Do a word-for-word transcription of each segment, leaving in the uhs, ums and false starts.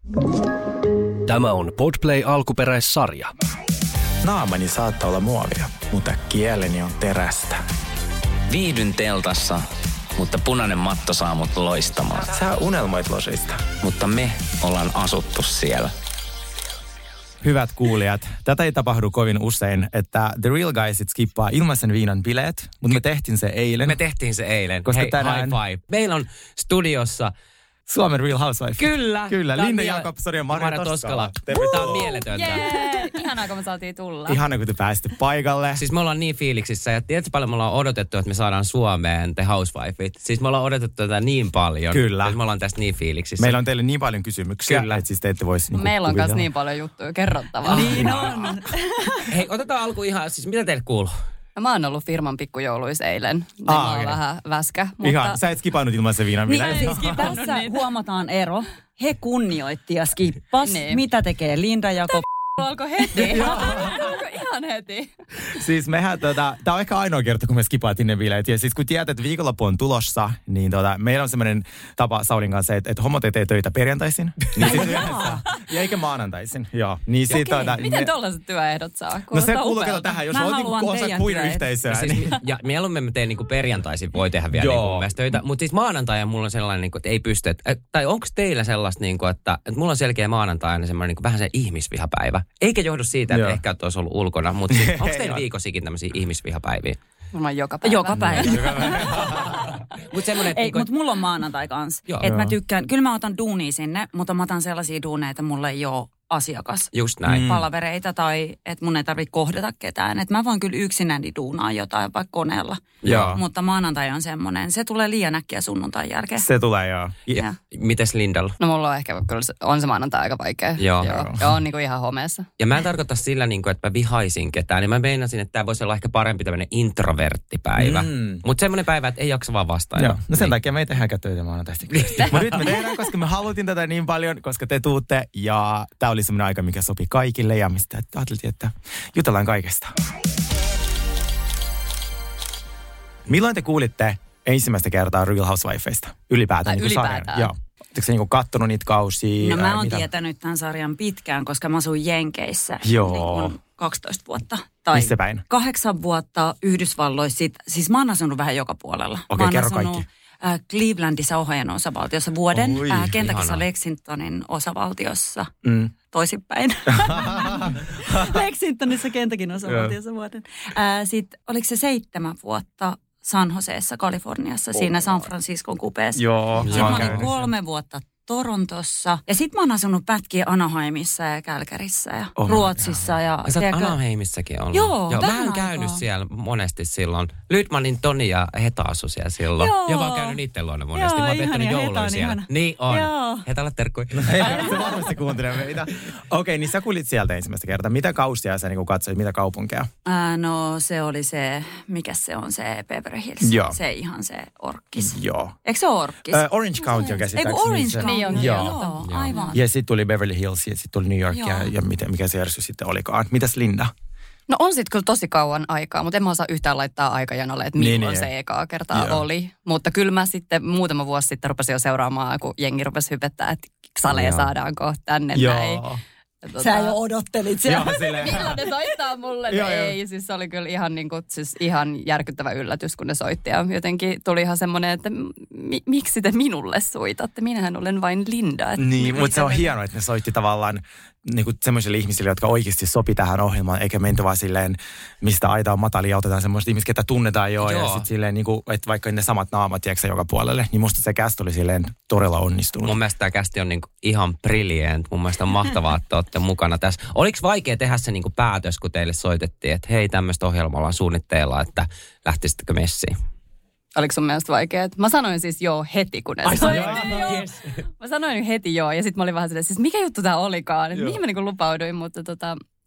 Tämä on Podplay alkuperäissarja. Naamani saattaa olla muovia, mutta kieleni on terästä. Viihdyn teltassa, mutta punainen matto saa mut loistamaan. Sä unelmoit losista. Mutta me ollaan asuttu siellä. Hyvät kuulijat, tätä ei tapahdu kovin usein, että The Real Guysit skippaa ilmaisen viinan bileet, mutta me tehtiin se eilen. Me tehtiin se eilen. Koska Hei, tänään... high five. Meillä on studiossa... Suomen Real Housewife. Kyllä. Kyllä, Linda Jakobsson ja Marja Toskala. Tämä on mieletöntä. Jee, ihanaa kun me saatiin tulla. Ihanaa kun te pääsitte paikalle. Siis me ollaan niin fiiliksissä ja tiedätkö paljon me ollaan odotettu, että me saadaan Suomeen The Housewifeit. Siis me ollaan odotettu tätä niin paljon. Kyllä. Me ollaan tästä niin fiiliksissä. Meillä on teille niin paljon kysymyksiä. Kyllä. Että siis te ette voisi niinku Meillä on kuvitella. myös niin paljon juttuja kerrottavaa. Niin on. Hei, otetaan alkuun ihan, siis mitä teille kuuluu? No, mä oon ollut firman pikkujouluis eilen. Niin Aa, mä oon okei. vähän väskä. Mutta... Ihan, sä et skipannut ilmaisen viinan Niin, bileet. siis tässä huomataan ero. He kunnioitti ja skippas. Niin. Mitä tekee Linda Jakob? Alkoi heti. Alkoi ihan heti. Siis mehän, tota, tää on ehkä ainoa kerta, kun me skipaatiin ne bileet. Ja siis kun tiedät, että viikonloppu on tulossa, niin tota, meillä on semmoinen tapa Saulin kanssa, että, että homot ei tee töitä perjantaisin. Niin sit yhdessä, ja eikä maanantaisin. Joo. Niin sit, tota, Miten me, tollaiset työehdot saa? No se Kuulostaa kuuluu upealta. tähän, jos Mä olet haluan niinku osa teidän kuin työehdot. yhteisöä. Siis, Niin. ja mieluummin me teen niinku perjantaisin, voi tehdä vielä Joo. niinku mun mielestä töitä. Mutta siis maanantaina mulla on sellainen, niinku, että ei pysty. Et, et, tai onko teillä sellaista, niinku, että, että mulla on selkeä maanantaina semmoinen niinku, vähän se ihmisvihapäivä. Eikä johdu siitä, että Joo. ehkä olisi ollut ulkona. Mutta siis, onko teillä viikossikin tämmöisiä ihmisvihapäiviä? Mulla on joka päivä. Joka päivä. Mutta semmoinen, että Ei, niinku, mutta mulla on maanantai kanssa. Joo. Että mä Joo. tykkään, kyllä mä otan duunia sinne, mutta mä otan sellaisia duuneja, että mulla ei ole asiakas. just näin. Mm. Palavereita tai että mun ei tarvitse kohdata ketään. Että mä voin kyllä yksinäni duunaa jotain vaikka koneella. Joo. Mutta maanantai on semmoinen, se tulee liian äkkiä sunnuntain jälkeen. Se tulee, joo. Ja, Ja. mites Lindalla? No mulla on ehkä, kyllä se- on se maanantai aika vaikea. Joo. Joo. Joo, on niinku ihan homeessa. Ja mä en tarkoita sillä, niin kuin, että mä vihaisin ketään. Niin mä meinasin, että tämä voisi olla ehkä parempi tämmöinen introverttipäivä. Mm. Mutta semmoinen päivä, että ei jaksa vaan vastailla. Joo. No sen Niin. takia me ei tehdäänkään töitä maanantaista. Mutta nyt me tehdään, koska me haluttiin tätä niin paljon, koska te tuutte. Ja tää oli semmoinen aika, mikä sopi kaikille. Ja mistä ajateltiin, että jutellaan kaikesta. Milloin te kuulitte ensimmäistä kertaa Real Housewifeista? Ylipäätään. Ai, niin kuin sarjan? ylipäätään? Joo. Oletteko se niinku kattonut niitä kausia? No mä ää, oon mitä? tietänyt tämän sarjan pitkään, koska mä asuin Jenkeissä Joo. niin kun kaksitoista vuotta. Tai Missä päin? kahdeksan vuotta Yhdysvalloissa. Sit, siis mä oon asunut vähän joka puolella. Okei, mä oon kerro asunut, kaikki. Äh, Clevelandissa Ohioin osavaltiossa vuoden. Oi, äh, Kentuckyssa ihanaa. Lexingtonin osavaltiossa Mm. toisinpäin. Lexingtonissa Kentuckyn osavaltiossa vuoden. Äh, Sitten oliko se seitsemän vuotta San Joseessa, Kaliforniassa, siinä San Franciscon kupeessa. Joo. Sitten mä mä oon olin käynyt siellä. kolme vuotta Torontossa. Ja sit mä oon asunut pätkiä Anaheimissa ja Kälkärissä ja Oh, Ruotsissa. Ja, Ja sä oot tiedätkö- Anaheimissakin ollut. Joo, Joo vähän mä oon käynyt aikaa. siellä monesti silloin. Lydmanin Toni ja Heta asu siellä silloin. Joo. Ja mä oon käynyt niiden luona monesti. Joo, Mä oon viettänyt ihana, Heta joulun on siellä. ihana. Niin on. Joo. Hetalle terkkui. Se varmasti kuuntelee meitä. Okei, niin sä kuulit sieltä ensimmäistä kertaa. Mitä kausia sä niinku katsoit, mitä kaupunkeja? Ää, no se oli se, mikä se on se Beverly Hills. Joo. Se ihan se Orkkis. Joo. Eikö se ole Orkkis? Äh, Orange County on käsittääkseni. Eiku Orange se. County. Niin on, joo. Joo, aivan. Ja sitten tuli Beverly Hills ja sitten tuli New York ja, Joo. ja miten, mikä se järjestys sitten olikaan. Mitäs Linda? No on sit kyllä tosi kauan aikaa, mutta en mä osaa yhtään laittaa aikajanolle, että Niin, milloin niin. se ekaa kertaa Joo. oli. Mutta kyllä mä sitten muutama vuosi sitten rupesin jo seuraamaan, kun jengi rupesi hypettää, että salee Joo. saadaanko tänne näin. Joo. Ja tota- Sä jo odottelit siellä. Joo, silleen. Milloin ne soittaa mulle? Joo, No joo. ei, siis se oli kyllä ihan, niin kuin, siis ihan järkyttävä yllätys, kun ne soitti. Ja jotenkin tuli ihan semmoinen, että mi- miksi te minulle soitatte? Minähän olen vain Linda. Että Niin, mi- mutta se on mitä- hienoa, että ne soitti tavallaan niin kuin semmoisille ihmisille, jotka oikeasti sopi tähän ohjelmaan, eikä menty vaan silleen, mistä aita on matali ja otetaan semmoista ihmistä, ketä tunnetaan jo. Joo. Ja sitten silleen, niin kuin, että vaikka ne samat naamat, tiedätkö joka puolelle, niin musta se cast oli silleen todella onnistunut. Mun mielestä tämä kästi on niinku ihan brilliant. Mun mielestä on mahtavaa, että olette mukana tässä. Oliko vaikea tehdä se niinku päätös, kun teille soitettiin, että hei, tämmöistä ohjelmaa ollaan suunnitteilla, että lähtisittekö messiin? Oliko sun mielestä vaikeaa? Mä sanoin siis joo heti, kun ne soitti. joo. Yes. Mä sanoin heti joo, ja sitten mä olin vähän silleen, siis mikä juttu tää olikaan? Että Joo. mihin mä niinku lupauduin, mutta tota,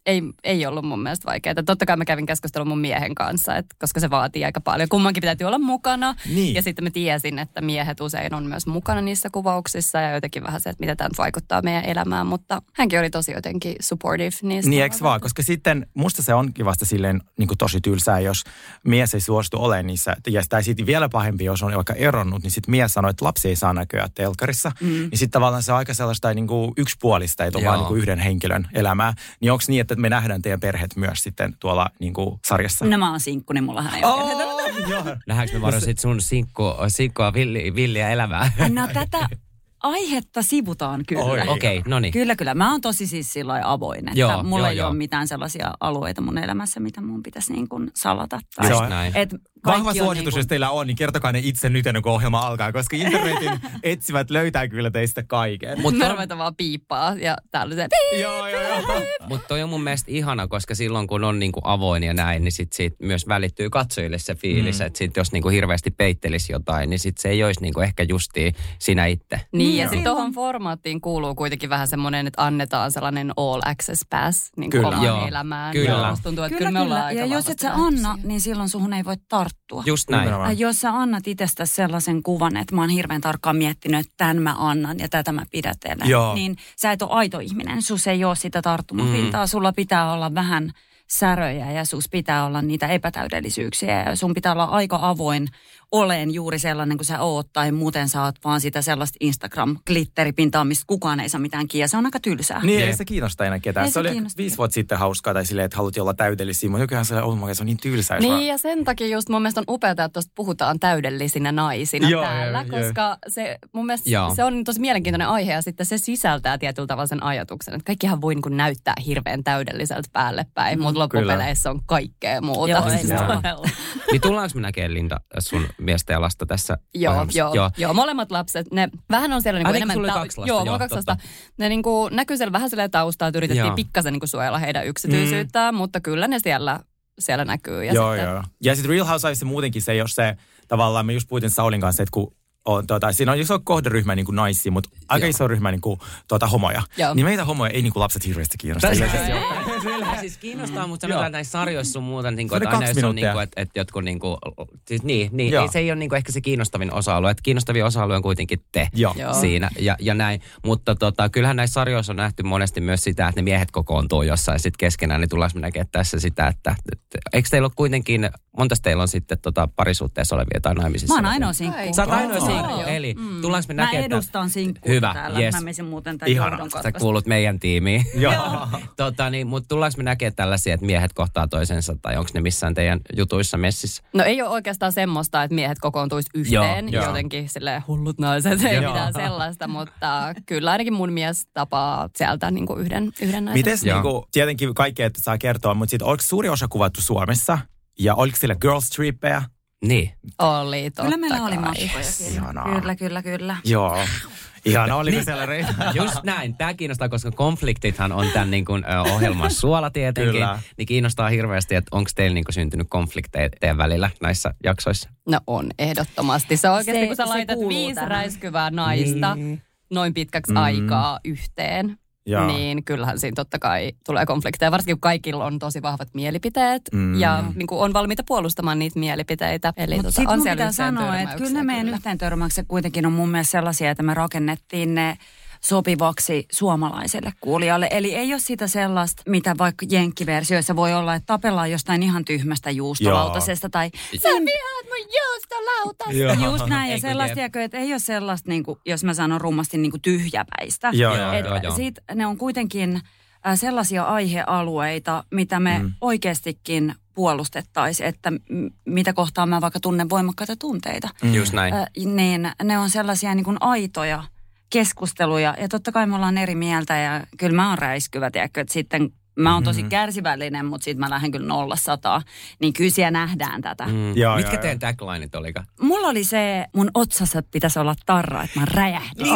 ei, ei ollut mun mielestä vaikeaa. Totta kai mä kävin keskustelun mun miehen kanssa, että koska se vaatii aika paljon. Kummankin täytyy olla mukana. Niin. Ja sitten mä tiesin, että miehet usein on myös mukana niissä kuvauksissa ja jotenkin vähän se, että mitä tämä vaikuttaa meidän elämään. Mutta hänkin oli tosi jotenkin supportive niistä. Niin, eikö vaan? Koska sitten musta se onkin vasta silleen niin kuin tosi tylsää, jos mies ei suostu olemaan niissä. Ja sitä sitten vielä pahempi, jos on vaikka eronnut, niin sitten mies sanoo, että lapsi ei saa näköä telkkarissa. Mm. Niin sitten tavallaan se on aika sellaista niin kuin yksipuolista, ei ole vaan niin kuin yhden henkilön elämää. Niin onko niin, että me nähdään teidän perheet myös sitten tuolla niin kuin sarjassa? No mä oon sinkku, niin mullahan ei ole perheitä. Nähdäänkö me varoin sit sun sinkku, sinkkoa villi, villiä elämää? No tätä aihetta sivutaan kyllä. Okei, okay, no niin. Kyllä, kyllä. Mä oon tosi siis silloin avoin, että joo, mulla joo, ei joo. ole mitään sellaisia alueita mun elämässä, mitä mun pitäisi niin kuin salata. Tai Just näin. Et vahva suositus, niin kuin... jos teillä on, niin kertokaa ne itse nyt ennen kuin ohjelma alkaa, koska internetin etsivät löytää kyllä teistä kaiken. Mutta me ruvetaan vaan piippaa ja täällä se piip. Joo, joo, joo. Mutta toi on mun mielestä ihana, koska silloin kun on niinku avoin ja näin, niin sit siitä myös välittyy katsojille se fiilis, mm. että sit jos niinku hirveästi peittelisi jotain, niin sit se ei olisi niinku ehkä justiin sinä itse. Niin, ja sitten tuohon formaattiin kuuluu kuitenkin vähän semmoinen, että annetaan sellainen all access pass niin kyllä. omaan Joo. elämään. Kyllä. Ja musta tuntuu, että Kyllä, kyllä me ollaan kyllä. aika Ja jos et sä anna, niin silloin suhun ei voi tarttua. Just näin. Ja jos sä annat itsestäsi sellaisen kuvan, että mä oon hirveän tarkkaan miettinyt, että tämän mä annan ja tätä mä pidätelen, Joo. niin sä et ole aito ihminen. Sus ei ole sitä tarttumapintaa. Mm. Sulla pitää olla vähän säröjä ja sus pitää olla niitä epätäydellisyyksiä ja sun pitää olla aika avoin oleen juuri sellainen kuin sä oot tai muuten sä oot vaan sitä sellaista Instagram-glitteripintaa, mistä kukaan ei saa mitään kiinni. Se on aika tylsää. Niin, ei se kiinnosta enää ketään. Ei Se, se oli kiinnosta. viisi vuotta sitten hauskaa tai silleen, että haluttiin olla täydellisiä, mutta nykyään se, oh my God, se on niin tylsää. Niin, vaan... ja sen takia just mun mielestä on upeata, että tuosta puhutaan täydellisinä naisina Joo, täällä, joo, joo. koska se mun mielestä Joo. se on tosi mielenkiintoinen aihe ja sitten se sisältää tietyllä tavalla sen ajatuksen, että kaikkihan voi niin kuin näyttää hirveän täydelliseltä päälle päin, mm, mutta loppupeleissä on kaikkea muuta. Joo, ei Siis se todella. Niin tullaanko me näkemään, Linda, sun miestä ja lasta tässä Joo, ohjelmassa? joo, joo, joo. Molemmat lapset, ne vähän on siellä niinku Ai, enemmän... sulla oli ta- kaksi lasta, joo, joo, mulla on kaksi totta. lasta. Ne niinku näkyy siellä vähän silleen taustaa, että yritettiin Joo. pikkasen niinku suojella heidän yksityisyyttään, mm. mutta kyllä ne siellä, siellä näkyy. Ja Joo, sitten, joo. Ja sitten Real Housewives muutenkin se, jos se tavallaan, me just puhutin Saulin kanssa, että kun on, tuota, siinä on iso kohderyhmä niin kuin naisia, mutta aika Joo. iso ryhmä niin kuin, tuota, homoja. Joo. Niin meitä homoja ei niin kuin lapset hirveästi kiinnosta. Yleisesti Kyllä, siis kiinnostaa, mutta sanotaan, Joo. että näissä sarjoissa on muuta, niin Se oli kuin, että aina kaksi jos on minuuttia. niin kuin, että, että jotkut niin kuin, siis niin, niin Joo. ei, se ei ole niin kuin ehkä se kiinnostavin osa-alue, että kiinnostavin osa-alue on kuitenkin te Joo. Joo. siinä ja, ja näin. Mutta tota, kyllähän näissä sarjoissa on nähty monesti myös sitä, että ne miehet kokoontuu jossain sitten keskenään, niin tullaan me näkemään tässä sitä, että, että eikö teillä ole kuitenkin, montas teillä on sitten tota, parisuhteessa olevia tai naimisissa? Mä oon olevia? ainoa sinkku. Sä oot ainoa Oo. sinkku, Joo. eli Mm. tullaanko me Mä näkemään, edustan sinkkuutta Hyvä, täällä. yes. Mä menisin muuten tämän Ihanaa. johdon Sä katkaista. kuulut meidän tiimiin. Joo. tota, niin, mutta tullaanko me näkemään tällaisia, että miehet kohtaa toisensa, tai onko ne missään teidän jutuissa messissä? No ei ole oikeastaan semmoista, että miehet kokoontuisi yhteen, Joo, joo. jotenkin silleen hullut naiset, ei Joo. mitään sellaista, mutta kyllä ainakin mun mies tapaa sieltä niin kuin yhden, yhden naisen. Mites Joo. niinku, tietenkin kaikkea, että saa kertoa, mutta sitten oliko suuri osa kuvattu Suomessa? Ja oliko siellä girls trippejä? Niin. Oli, totta Kyllä meillä oli kai. matkojakin. Ihanaa. Kyllä, kyllä, kyllä. Joo. Ihana, oliko Niin. siellä reitä? Just näin. Tämä kiinnostaa, koska konfliktithan on tämän niin kuin, ö, ohjelman suola tietenkin. Kyllä. Niin kiinnostaa hirveästi, että onko teillä niin kuin, syntynyt konflikteja teidän välillä näissä jaksoissa? No on, ehdottomasti. Se on oikeasti, Se- kun sä se laitat kuuluu viisi tähän. räiskyvää naista Niin. noin pitkäksi Mm. aikaa yhteen, Joo. niin kyllähän siinä totta kai tulee konflikteja. Varsinkin kun kaikilla on tosi vahvat mielipiteet Mm. ja niin kuin on valmiita puolustamaan niitä mielipiteitä. Eli Mutta tota, sitten on mun siellä pitää sanoa, että kyllä ne meidän yhteentörmäykset kuitenkin on mun mielestä sellaisia, että me rakennettiin ne sopivaksi suomalaiselle kuulijalle. Eli ei ole sitä sellaista, mitä vaikka jenkkiversioissa voi olla, että tapellaan jostain ihan tyhmästä juustolautasesta tai... Sä vihaat mun juustolautasta. Joo. Just näin, ja Eikö sellaista, jep. tiedätkö, että ei ole sellaista, niin kuin, jos mä sanon rummasti, niin kuin tyhjäpäistä. Joo, Joo, joo, joo. Sit ne on kuitenkin äh, sellaisia aihealueita, mitä me Mm. oikeastikin puolustettaisiin, että m- mitä kohtaa mä vaikka tunnen voimakkaita tunteita. Mm. Just näin. Äh, niin ne on sellaisia niin kuin aitoja keskusteluja, ja totta kai me ollaan eri mieltä, ja kyllä mä oon räiskyvä, tiedätkö, että sitten mä oon tosi kärsivällinen, mutta sitten mä lähden kyllä nolla sataa, niin kyllä siellä nähdään tätä. Mm. Joo, Mitkä joo, teidän taglineit olikaan? Mulla oli se, mun otsassa pitäisi olla tarra, että mä räjähdin.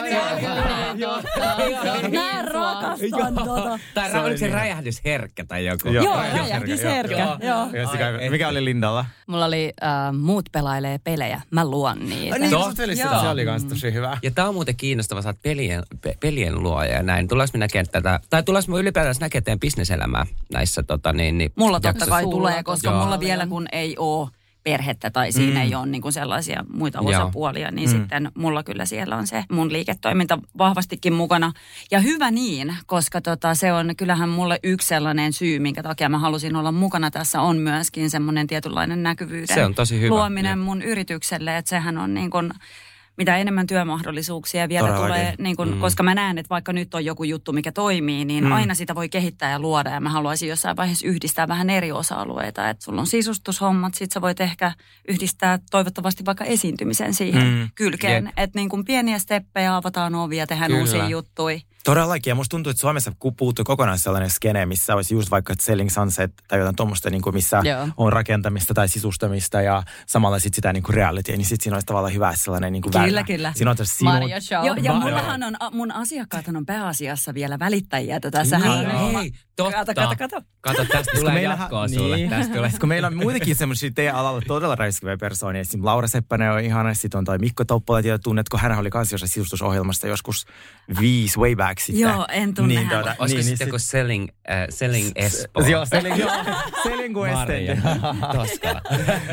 Mä rakastan tota. Tai Se oliko oli se niin. räjähdysherkkä tai joku? Joo. Joo, Räjähdys räjähdysherkkä. Joo. Joo. Ja sitä- Ai, Mikä oli Lindalla? Mulla oli äh, muut pelailee pelejä, mä luon niitä. Ai niin, Totta. sä sitä, Joo. se oli kans tosi hyvä. Ja tää on muuten kiinnostava, sä oot pelien, pe, pelien luoja ja näin. Tullaanko me näkemään tätä, tai tullaanko me ylipäätään näkemään teen bisneselämää näissä tota niin. niin mulla totta jaksoissa. kai Sulla tulee, koska totta mulla paljon. vielä kun ei ole perhettä tai siinä Mm. ei ole niin kuin sellaisia muita Joo. osapuolia, niin Mm. sitten mulla kyllä siellä on se mun liiketoiminta vahvastikin mukana. Ja hyvä niin, koska tota, se on kyllähän mulle yksi sellainen syy, minkä takia mä halusin olla mukana tässä, on myöskin semmoinen tietynlainen näkyvyyden Se on tosi hyvä. luominen Jep. mun yritykselle, että sehän on niin kuin mitä enemmän työmahdollisuuksia vielä Todellakin. tulee, niin kun, Mm. koska mä näen, että vaikka nyt on joku juttu, mikä toimii, niin Mm. aina sitä voi kehittää ja luoda. Ja mä haluaisin jossain vaiheessa yhdistää vähän eri osa-alueita. Että sulla on sisustushommat, sit sä voit ehkä yhdistää toivottavasti vaikka esiintymisen siihen Mm. kylkeen. Jep. Että niin kun pieniä steppejä, avataan ovia, tehdään Kyllä. uusia juttuja. Todellakin, ja musta tuntuu, että Suomessa puuttuu kokonaan sellainen skene, missä olisi just vaikka Selling Sunset tai jotain tuommoista, niin kuin missä Joo. on rakentamista tai sisustamista ja samalla sitten sitä niin kuin realitya, niin sitten siinä olisi tavallaan hyvä sellainen niin kuin Kyllä, väylä. kyllä. Siinä on tässä sinut. Maria Show. Jo, ja Va- mullahan on, mun asiakkaathan on pääasiassa vielä välittäjiä, että tässähän Niin, on... hei, totta. Kato, kato, kato. Kato, tästä Kun tulee meillähän- jatkoa sulle. niin. Tästä tulee. Kun meillä on muitakin semmoisia teidän alalla todella räiskyviä persoonia. Esimerkiksi Laura Seppänen on ihana, sitten on toi Mikko Toppola, tiedät, tunnetko, hän oli kanssa jossain sisustusohjelmasta joskus viisi way back sitten. Joo, en tunne niin, häntä. tuota, Olisiko niin, sitten niin joku Selling, äh, selling Espoo? Joo, Selling, joo, Selling kuin Maria Estende. Toskala.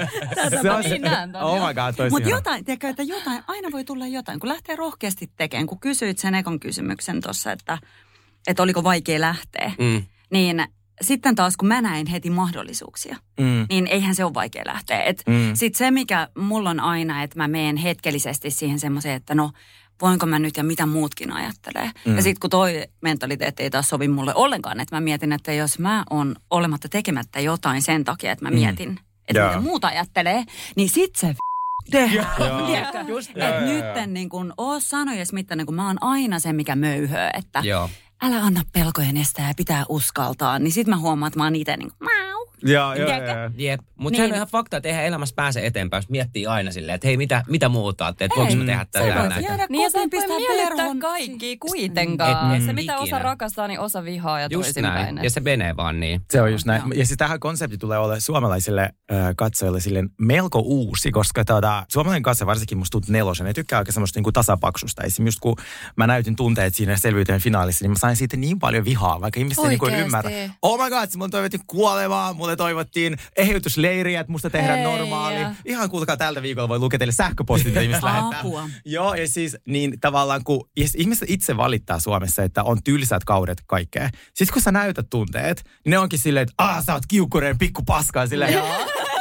Se on Niin näen ton, oh joo. my god, toisi Mutta ihana. jotain, tiedätkö, että jotain, aina voi tulla jotain, kun lähtee rohkeasti tekemään. Kun kysyit sen ekon kysymyksen tuossa, että, että oliko vaikea lähteä, Mm. niin sitten taas kun mä näin heti mahdollisuuksia, Mm. niin eihän se ole vaikea lähteä. Mm. Sitten se, mikä mulla on aina, että mä meen hetkellisesti siihen semmoiseen, että no voinko mä nyt ja mitä muutkin ajattelee. Mm. Ja sitten kun toi mentaliteetti ei taas sovi mulle ollenkaan, että mä mietin, että jos mä oon olematta tekemättä jotain sen takia, että mä mietin, että Joo. mitä muut ajattelee, niin sit se tehdään. Joo. Tiedätkö? Just- Että joo, joo, nytten niin kun oo sanojes mittainen, kun mä oon aina se, mikä möyhöö, että Joo. älä anna pelkojen estää ja pitää uskaltaa. Niin sit mä huomaan, että mä oon itse niin kuin, mau. Joo, joo, Tiedätkö? joo. Jep, mutta Niin. sehän on ihan fakta, että eihän elämässä pääse eteenpäin, jos miettii aina silleen, että hei, mitä, mitä muuta, että voinko mä tehdä Sä tätä ja voit näin. jäädä Niin ja sä kotiin, et voi pistää miellyttää verhon. kaikkia kuitenkaan. Et- se et mitä ikinä. osa rakastaa, niin osa vihaa ja Just toisinpäin. näin, ja se menee vaan niin. Se on just näin. Joo. Ja siis tähän konsepti tulee olla suomalaisille äh, katsojille silleen melko uusi, koska tuota, suomalainen katsoja varsinkin musta tuntuu nelosen. Ne tykkää oikein semmoista niinku tasapaksusta. Esimerkiksi just kun mä näytin tunteet siinä selviytyjen finaalissa, niin mä sain siitä niin paljon vihaa, vaikka ihmiset ei niinku Oikeesti? ymmärrä. Oh my god, mulle toivottiin kuolemaa, mulle toivottiin eheytysleiriä, että musta tehdään Hei, normaali. ja. Ihan kuulkaa tältä viikolla voi lukea teille sähköpostit, mitä ihmiset lähettää. Apua. Joo, ja siis niin tavallaan kun ja ihmiset itse valittaa Suomessa, että on tylsät kaudet kaikkea. Sitten kun sä näytät tunteet, niin ne onkin silleen, että aah, sä oot kiukkunen pikku paskaa. Silleen, joo.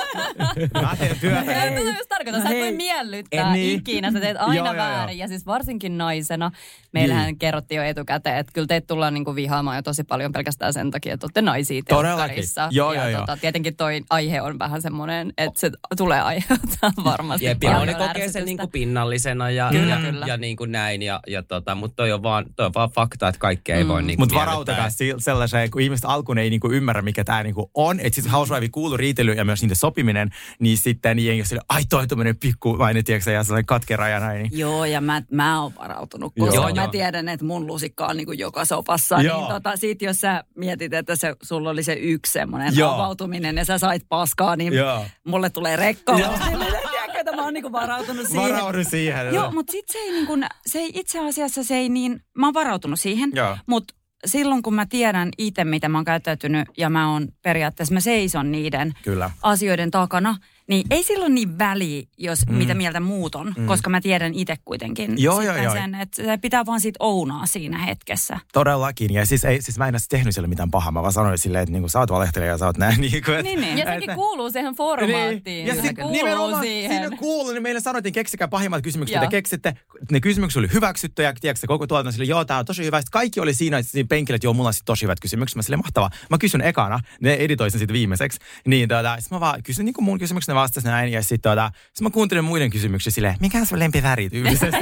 Mä teen työtä. Ja tätä just tarkoitan, sä et voi Hei. miellyttää En niin. ikinä, sä teet aina Joo, joo, joo. väärin. Ja siis varsinkin naisena, meillähän Niin. kerrottiin jo etukäteen, että kyllä teitä tullaan niinku vihaamaan jo tosi paljon pelkästään sen takia, että olette naisia Todellakin. telkkarissa. Joo, ja joo, joo. tota, tietenkin toi aihe on vähän semmoinen, että se tulee aiheuttaa varmasti Jep, ja paljon ne kokee sen ärsytystä. niinku pinnallisena ja, Kyllä, ja, kyllä. ja niinku näin. Ja, ja tota, mutta toi on, vaan, toi on vaan fakta, että kaikkea ei voi niinku Mutta miellyttää. varautukaa si- sellaiseen, kun ihmiset alkuun ei niinku ymmärrä, mikä tämä niinku on. Että sitten Housewife kuuluu riitely ja myös niiden sopiminen, niin sitten jengi on sille, ai toi tommonen pikkuvainen, tiedätkö, ja sellainen katkera ja näin. Niin. Joo, ja mä, mä oon varautunut, Joo. koska Joo, mä joo. tiedän, että mun lusikka on niin kuin joka sopassa. Joo. Niin tota, sit jos sä mietit, että se, sulla oli se yksi semmoinen Joo. avautuminen ja sä sait paskaa, niin Joo. mulle tulee rekka. Tiedätkö, että mä oon niin kuin varautunut siihen. Varaudu siihen. Joo, mutta sit se ei, niin kuin, se ei itse asiassa, se ei niin, mä oon varautunut siihen, Joo. mutta silloin kun mä tiedän itse, mitä mä oon käyttäytynyt ja mä oon periaatteessa, mä seison niiden Kyllä. asioiden takana, niin ei silloin niin väliä, jos mm. mitä mieltä muut on, mm. koska mä tiedän itse kuitenkin Joo, sitten joo, joo. sen, että se pitää vaan sit ounaa siinä hetkessä. Todellakin. Ja siis, ei, siis mä en ole tehnyt sille mitään pahaa. Mä vaan sanoin silleen, että niinku, sä oot valehtelija ja sä oot näin. Niin, kuin, Niin, niin. Ja sekin kuuluu siihen formaattiin. Niin. Ja Se sit, kuuluu nimenomaan siihen. siinä kuuluu, niin meille sanottiin, keksikää pahimmat kysymykset, Joo. mitä keksitte. Ne kysymykset oli hyväksytty ja tiedätkö, koko tuolta sille, joo, tää on tosi hyvä. Sitten kaikki oli siinä, että siinä penkillä, että joo, mulla on sit tosi hyvät kysymykset. Mä silleen, mahtavaa. Mä kysyn ekana, ne editoi sen sitten viimeiseksi. Niin tuota, sit mä vaan kysyn niin kuin mun kysymykset, ne vastasi näin. Ja sitten tuota, sit mä kuuntelin muiden kysymyksiä silleen, mikä on sun lempiväri tyylisesti?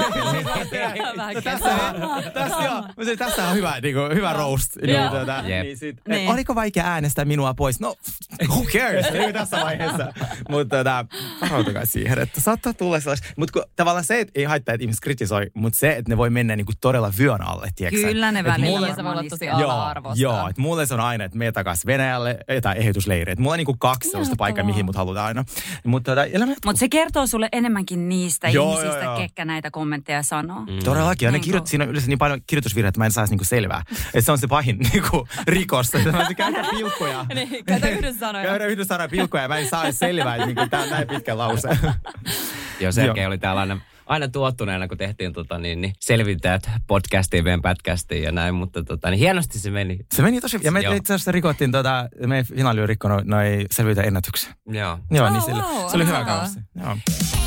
Vähän Tässä on, tässä, joo, mä sanoin, tässä on hyvä, niin kuin, hyvä roast. Niin, Joo. tuota, Jep. niin sit, Niin. et, oliko vaikea äänestää minua pois? No, who cares? Niin tässä vaiheessa. Mutta tota, varautukaa siihen, että saattaa tulla sellaista. Mutta tavallaan se, että ei haittaa, että ihmiset kritisoi, mutta se, että ne voi mennä niinku todella vyön alle, tiedätkö? Kyllä ne Et välillä mulle- Niin, se voi olla tosi varmaan Joo, ala-arvosta. joo, että mulle se on aina, että mene takaisin Venäjälle tai eheytysleiri. Että mulla on niinku kaksi sellaista paikkaa, mihin mut halutaan lopulta aina. Mutta tota, elämä... Mut se kertoo sulle enemmänkin niistä Joo, ihmisistä, joo, joo. ketkä näitä kommentteja sanoo. Mm. Todellakin. Ja ne Niin kirjoit, kuin- siinä on yleensä niin paljon kirjoitusvirheitä, että mä en saisi niinku selvää. Että se on se pahin niinku, rikos. Että mä käytän pilkkoja. Niin, käytä yhdessä sanoja. Käydään yhdessä sanoja pilkkoja ja mä en saa edes selvää, että niinku, tää on näin pitkä lause. Joo, Sergei oli täällä aina, aina tuottuneena, kun tehtiin tota, niin, niin selvittäjät podcastiin, meidän podcastiin ja näin, mutta tota, niin hienosti se meni. Se meni tosi... Ja me Joo. itse asiassa rikottiin, tota, meidän finaali on rikkonut noi selvitä ennätyksiä. Joo. Joo, Oh, niin sille, wow, se oli hyvä aha. kausi. Joo.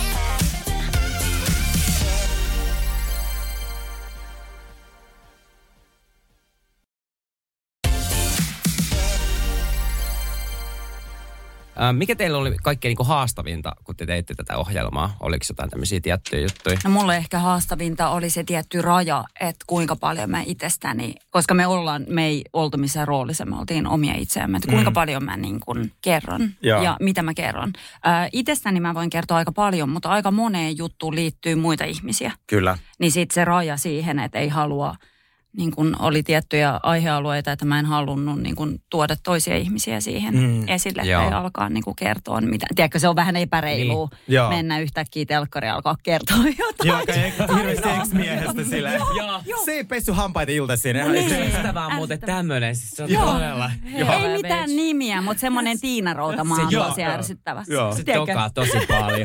Ää, mikä teillä oli kaikkein niin haastavinta, kun te teitte tätä ohjelmaa? Oliko jotain tämmöisiä tiettyjä juttuja? No mulle ehkä haastavinta oli se tietty raja, että kuinka paljon mä itsestäni, koska me ollaan, me ei oltu missään roolissa, me oltiin omia itseämme, että kuinka mm. paljon mä niin kuin kerron Joo. ja mitä mä kerron. Ää, itsestäni mä voin kertoa aika paljon, mutta aika moneen juttuun liittyy muita ihmisiä. Kyllä. Niin sit se raja siihen, että ei halua, niin kun oli tiettyjä aihealueita, että mä en halunnut niin kun tuoda toisia ihmisiä siihen Mm. esille, Joo. että ei alkaa niin kun kertoa mitä. Tiedätkö, se on vähän epäreilua Niin. Joo. mennä yhtäkkiä telkkari ja alkaa kertoa jotain. Joo, kai hirveästi ex-miehestä silleen. Joo. Se ei pessy hampaita iltaisin. No niin. Ärsyttävää on muuten tämmöinen, siis se on Joo. todella... Ei mitään nimiä, mutta semmoinen Tiina Routamaa on joo, tosi joo. ärsyttävä. Joo. Se Tiedätkö? dokaa tosi paljon.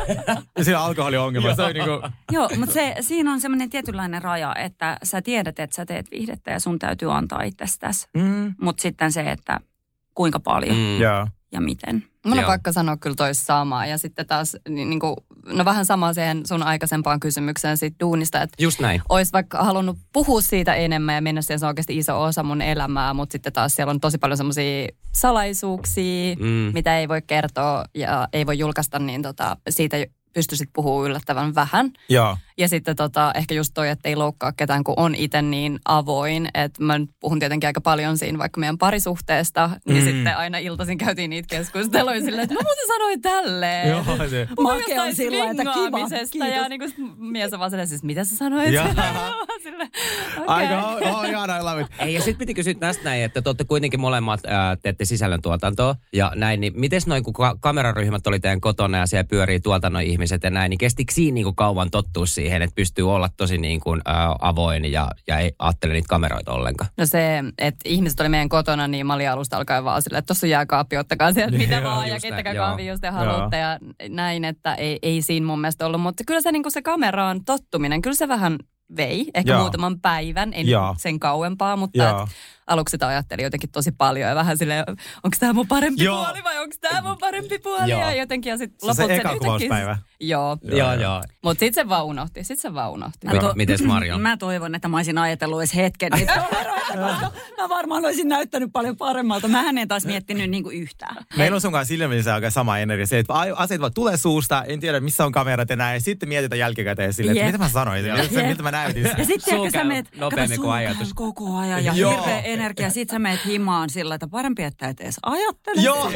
Ja siinä on alkoholiongelma. Se on niinku... Joo, mutta se, siinä on semmoinen tietynlainen raja, että sä tiedät, että sä teet viihdettä ja sun täytyy antaa itsestäsi. Mm. Mutta sitten se, että kuinka paljon Mm. Joo. ja miten. Mun on Joo. pakko sanoa kyllä toista samaa. Ja sitten taas, niin, niin kuin, no vähän samaa siihen sun aikaisempaan kysymykseen siitä duunista, että Just näin. olisi vaikka halunnut puhua siitä enemmän ja mennä siihen, se on oikeasti iso osa mun elämää, mutta sitten taas siellä on tosi paljon semmoisia salaisuuksia, Mm. mitä ei voi kertoa ja ei voi julkaista, niin tota, siitä pystyisit puhumaan yllättävän vähän. Joo. Ja sitten tota, ehkä just toi, että ei loukkaa ketään, kun on itse niin avoin. Että mä nyt puhun tietenkin aika paljon siinä vaikka meidän parisuhteesta, niin Mm. sitten aina iltaisin käytiin niitä keskusteluja silleen, että mä muuten sanoin tälleen. Joo, se. Make on sillä lailla, että kiva, Swingaamisesta kiitos. ja niin kuin mies on vaan silleen, siis mitä sä sanoit? Joo. Silleen, Aika, okei. oh, ihana, I love it. Ei, ja sitten piti kysyä tästä näin, että te olette kuitenkin molemmat ää, teette sisällöntuotantoa ja näin, niin miten noin, kun ka- kameraryhmät oli teidän kotona ja siellä pyörii tuotannon ihmiset ja näin, niin kestikö siinä niin kuin kauan tottua siihen, että pystyy olla tosi niin kuin, ää, avoin ja, ja ei ajattele niitä kameroita ollenkaan? No se, että ihmiset oli meidän kotona, niin mä olin alusta alkaen vaan silleen, että tossa on jääkaappi, ottakaa sieltä mitä Joo, vaan ja just näin, keittäkää joo. kahvia, jos te haluatte ja näin, että ei, ei siinä mun mielestä ollut. Mutta kyllä se, niin kuin se kameraan tottuminen, kyllä se vähän vei, ehkä Joo. muutaman päivän, ei Joo. nyt sen kauempaa, mutta Joo. et aluksi sitä ajattelin jotenkin tosi paljon ja vähän silleen, onko tämä mun parempi Joo. puoli vai onko tämä mun parempi puoli Joo. ja jotenkin ja sitten Se on se eka kuvauspäivä. Joo, Joo, joo. mutta sitten se vaan unohti, sitten se vaan unohti. Mä Mit- to- mites Marjo? Mä toivon, että mä olisin ajatellut edes hetken niitä kameroita, koska mä varmaan olisin näyttänyt paljon paremmalta. Mähän en taas miettinyt niinku yhtään. Meillä on sun kanssa sillä mielessä aika sama energia. Se, että asiat vaan tulee suusta, en tiedä missä on kamerat enää, ja sitten mietitään jälkikäteen silleen, että Jep. mitä mä sanoin, ja Jep. miltä mä näytin. Ja sitten Sulla ehkä sä käy meet, nopeammin kato, kuin sulla käy ajatus. koko ajan ja Joo. hirveä energia. Sitten sä meet himaan sillä, että parempi, että et edes ajattele. Joo.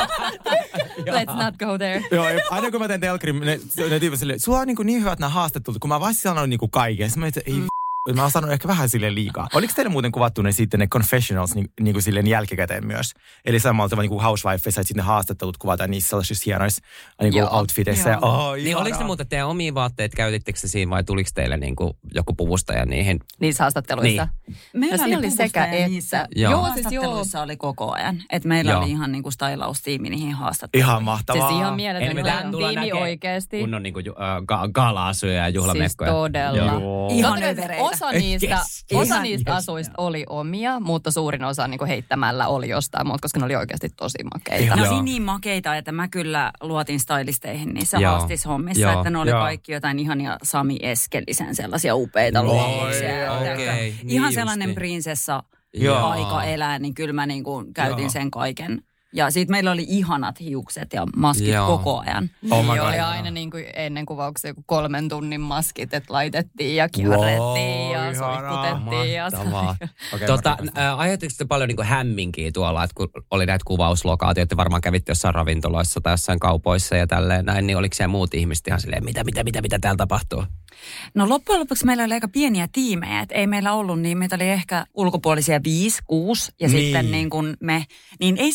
Let's not go there. Joo, ja aina kun mä teen telkkarin, ne, ne tyypit silleen, sulla on niin, niin hyvät nämä haastattelut, kun mä vaan sanoin niin kaiken. Sitten mä että ei v***, mä oon sanonut ehkä vähän silleen liikaa. Oliko teille muuten kuvattu ne sitten ne confessionals niin, niin kuin silleen jälkikäteen myös? Eli samalla tavalla niin kuin Housewifeissa, että sitten ne haastattelut kuvataan niissä sellaisissa hienoissa niin kuin Joo. outfiteissa. Ja, oh, Niin oliko ne muuten teidän omia vaatteet, käytittekö se siinä vai tuliko teille niin kuin joku puvustaja niihin? Niissä haastatteluissa. Meillä No oli, siinä oli sekä puvustaja että. niissä. Joo. Joo, Joo, siis haastatteluissa oli koko ajan. Et meillä Joo. oli ihan niinku stylaustiimi niihin haastatteluihin. Ihan mahtavaa. Siis ihan mieletön me tähän tullaan tiimi näkee oikeasti. kunnon niin kuin, äh, ga- gala-asuja ja Siis juhlamekkoja. todella. Joo. Ihan Totta kai övereitä. Osa niistä, Yes. osa Ihan niistä yes. asuista oli omia, mutta suurin osa niin kuin heittämällä oli jostain muuta, koska ne oli oikeasti tosi makeita. No Joo. siinä niin makeita, että mä kyllä luotin stylisteihin niissä Joo. haastishommissa, Joo. että ne oli Joo. kaikki jotain ihania Sami Eskelisen sellaisia upeita luomuksia. okei, Tiedätkö? niin Ihan justi. sellainen prinsessa Joo. aika elää, niin kyllä mä niin kuin käytin Joo. sen kaiken. Ja sitten meillä oli ihanat hiukset ja maskit Joo. koko ajan. Oh my Joo, God. ja aina niin kuin ennen kuvauksia joku kolmen tunnin maskit, että laitettiin ja kierrettiin Wow, ja ihanaa. suihkutettiin. Ja Mahtavaa. Okei, tota, mä äh, aiheuttiko te paljon niin hämminkiä tuolla, että kun oli näitä kuvauslokaatioita, varmaan kävitte jossain ravintoloissa tai jossain kaupoissa ja tälleen näin, niin oliko siellä muut ihmiset ihan silleen, mitä, mitä, mitä, mitä täällä tapahtuu? No loppujen lopuksi meillä oli aika pieniä tiimejä, että ei meillä ollut niin, meitä oli ehkä ulkopuolisia viisi, kuusi ja Niin. sitten niin kuin me, niin ei se ollut niin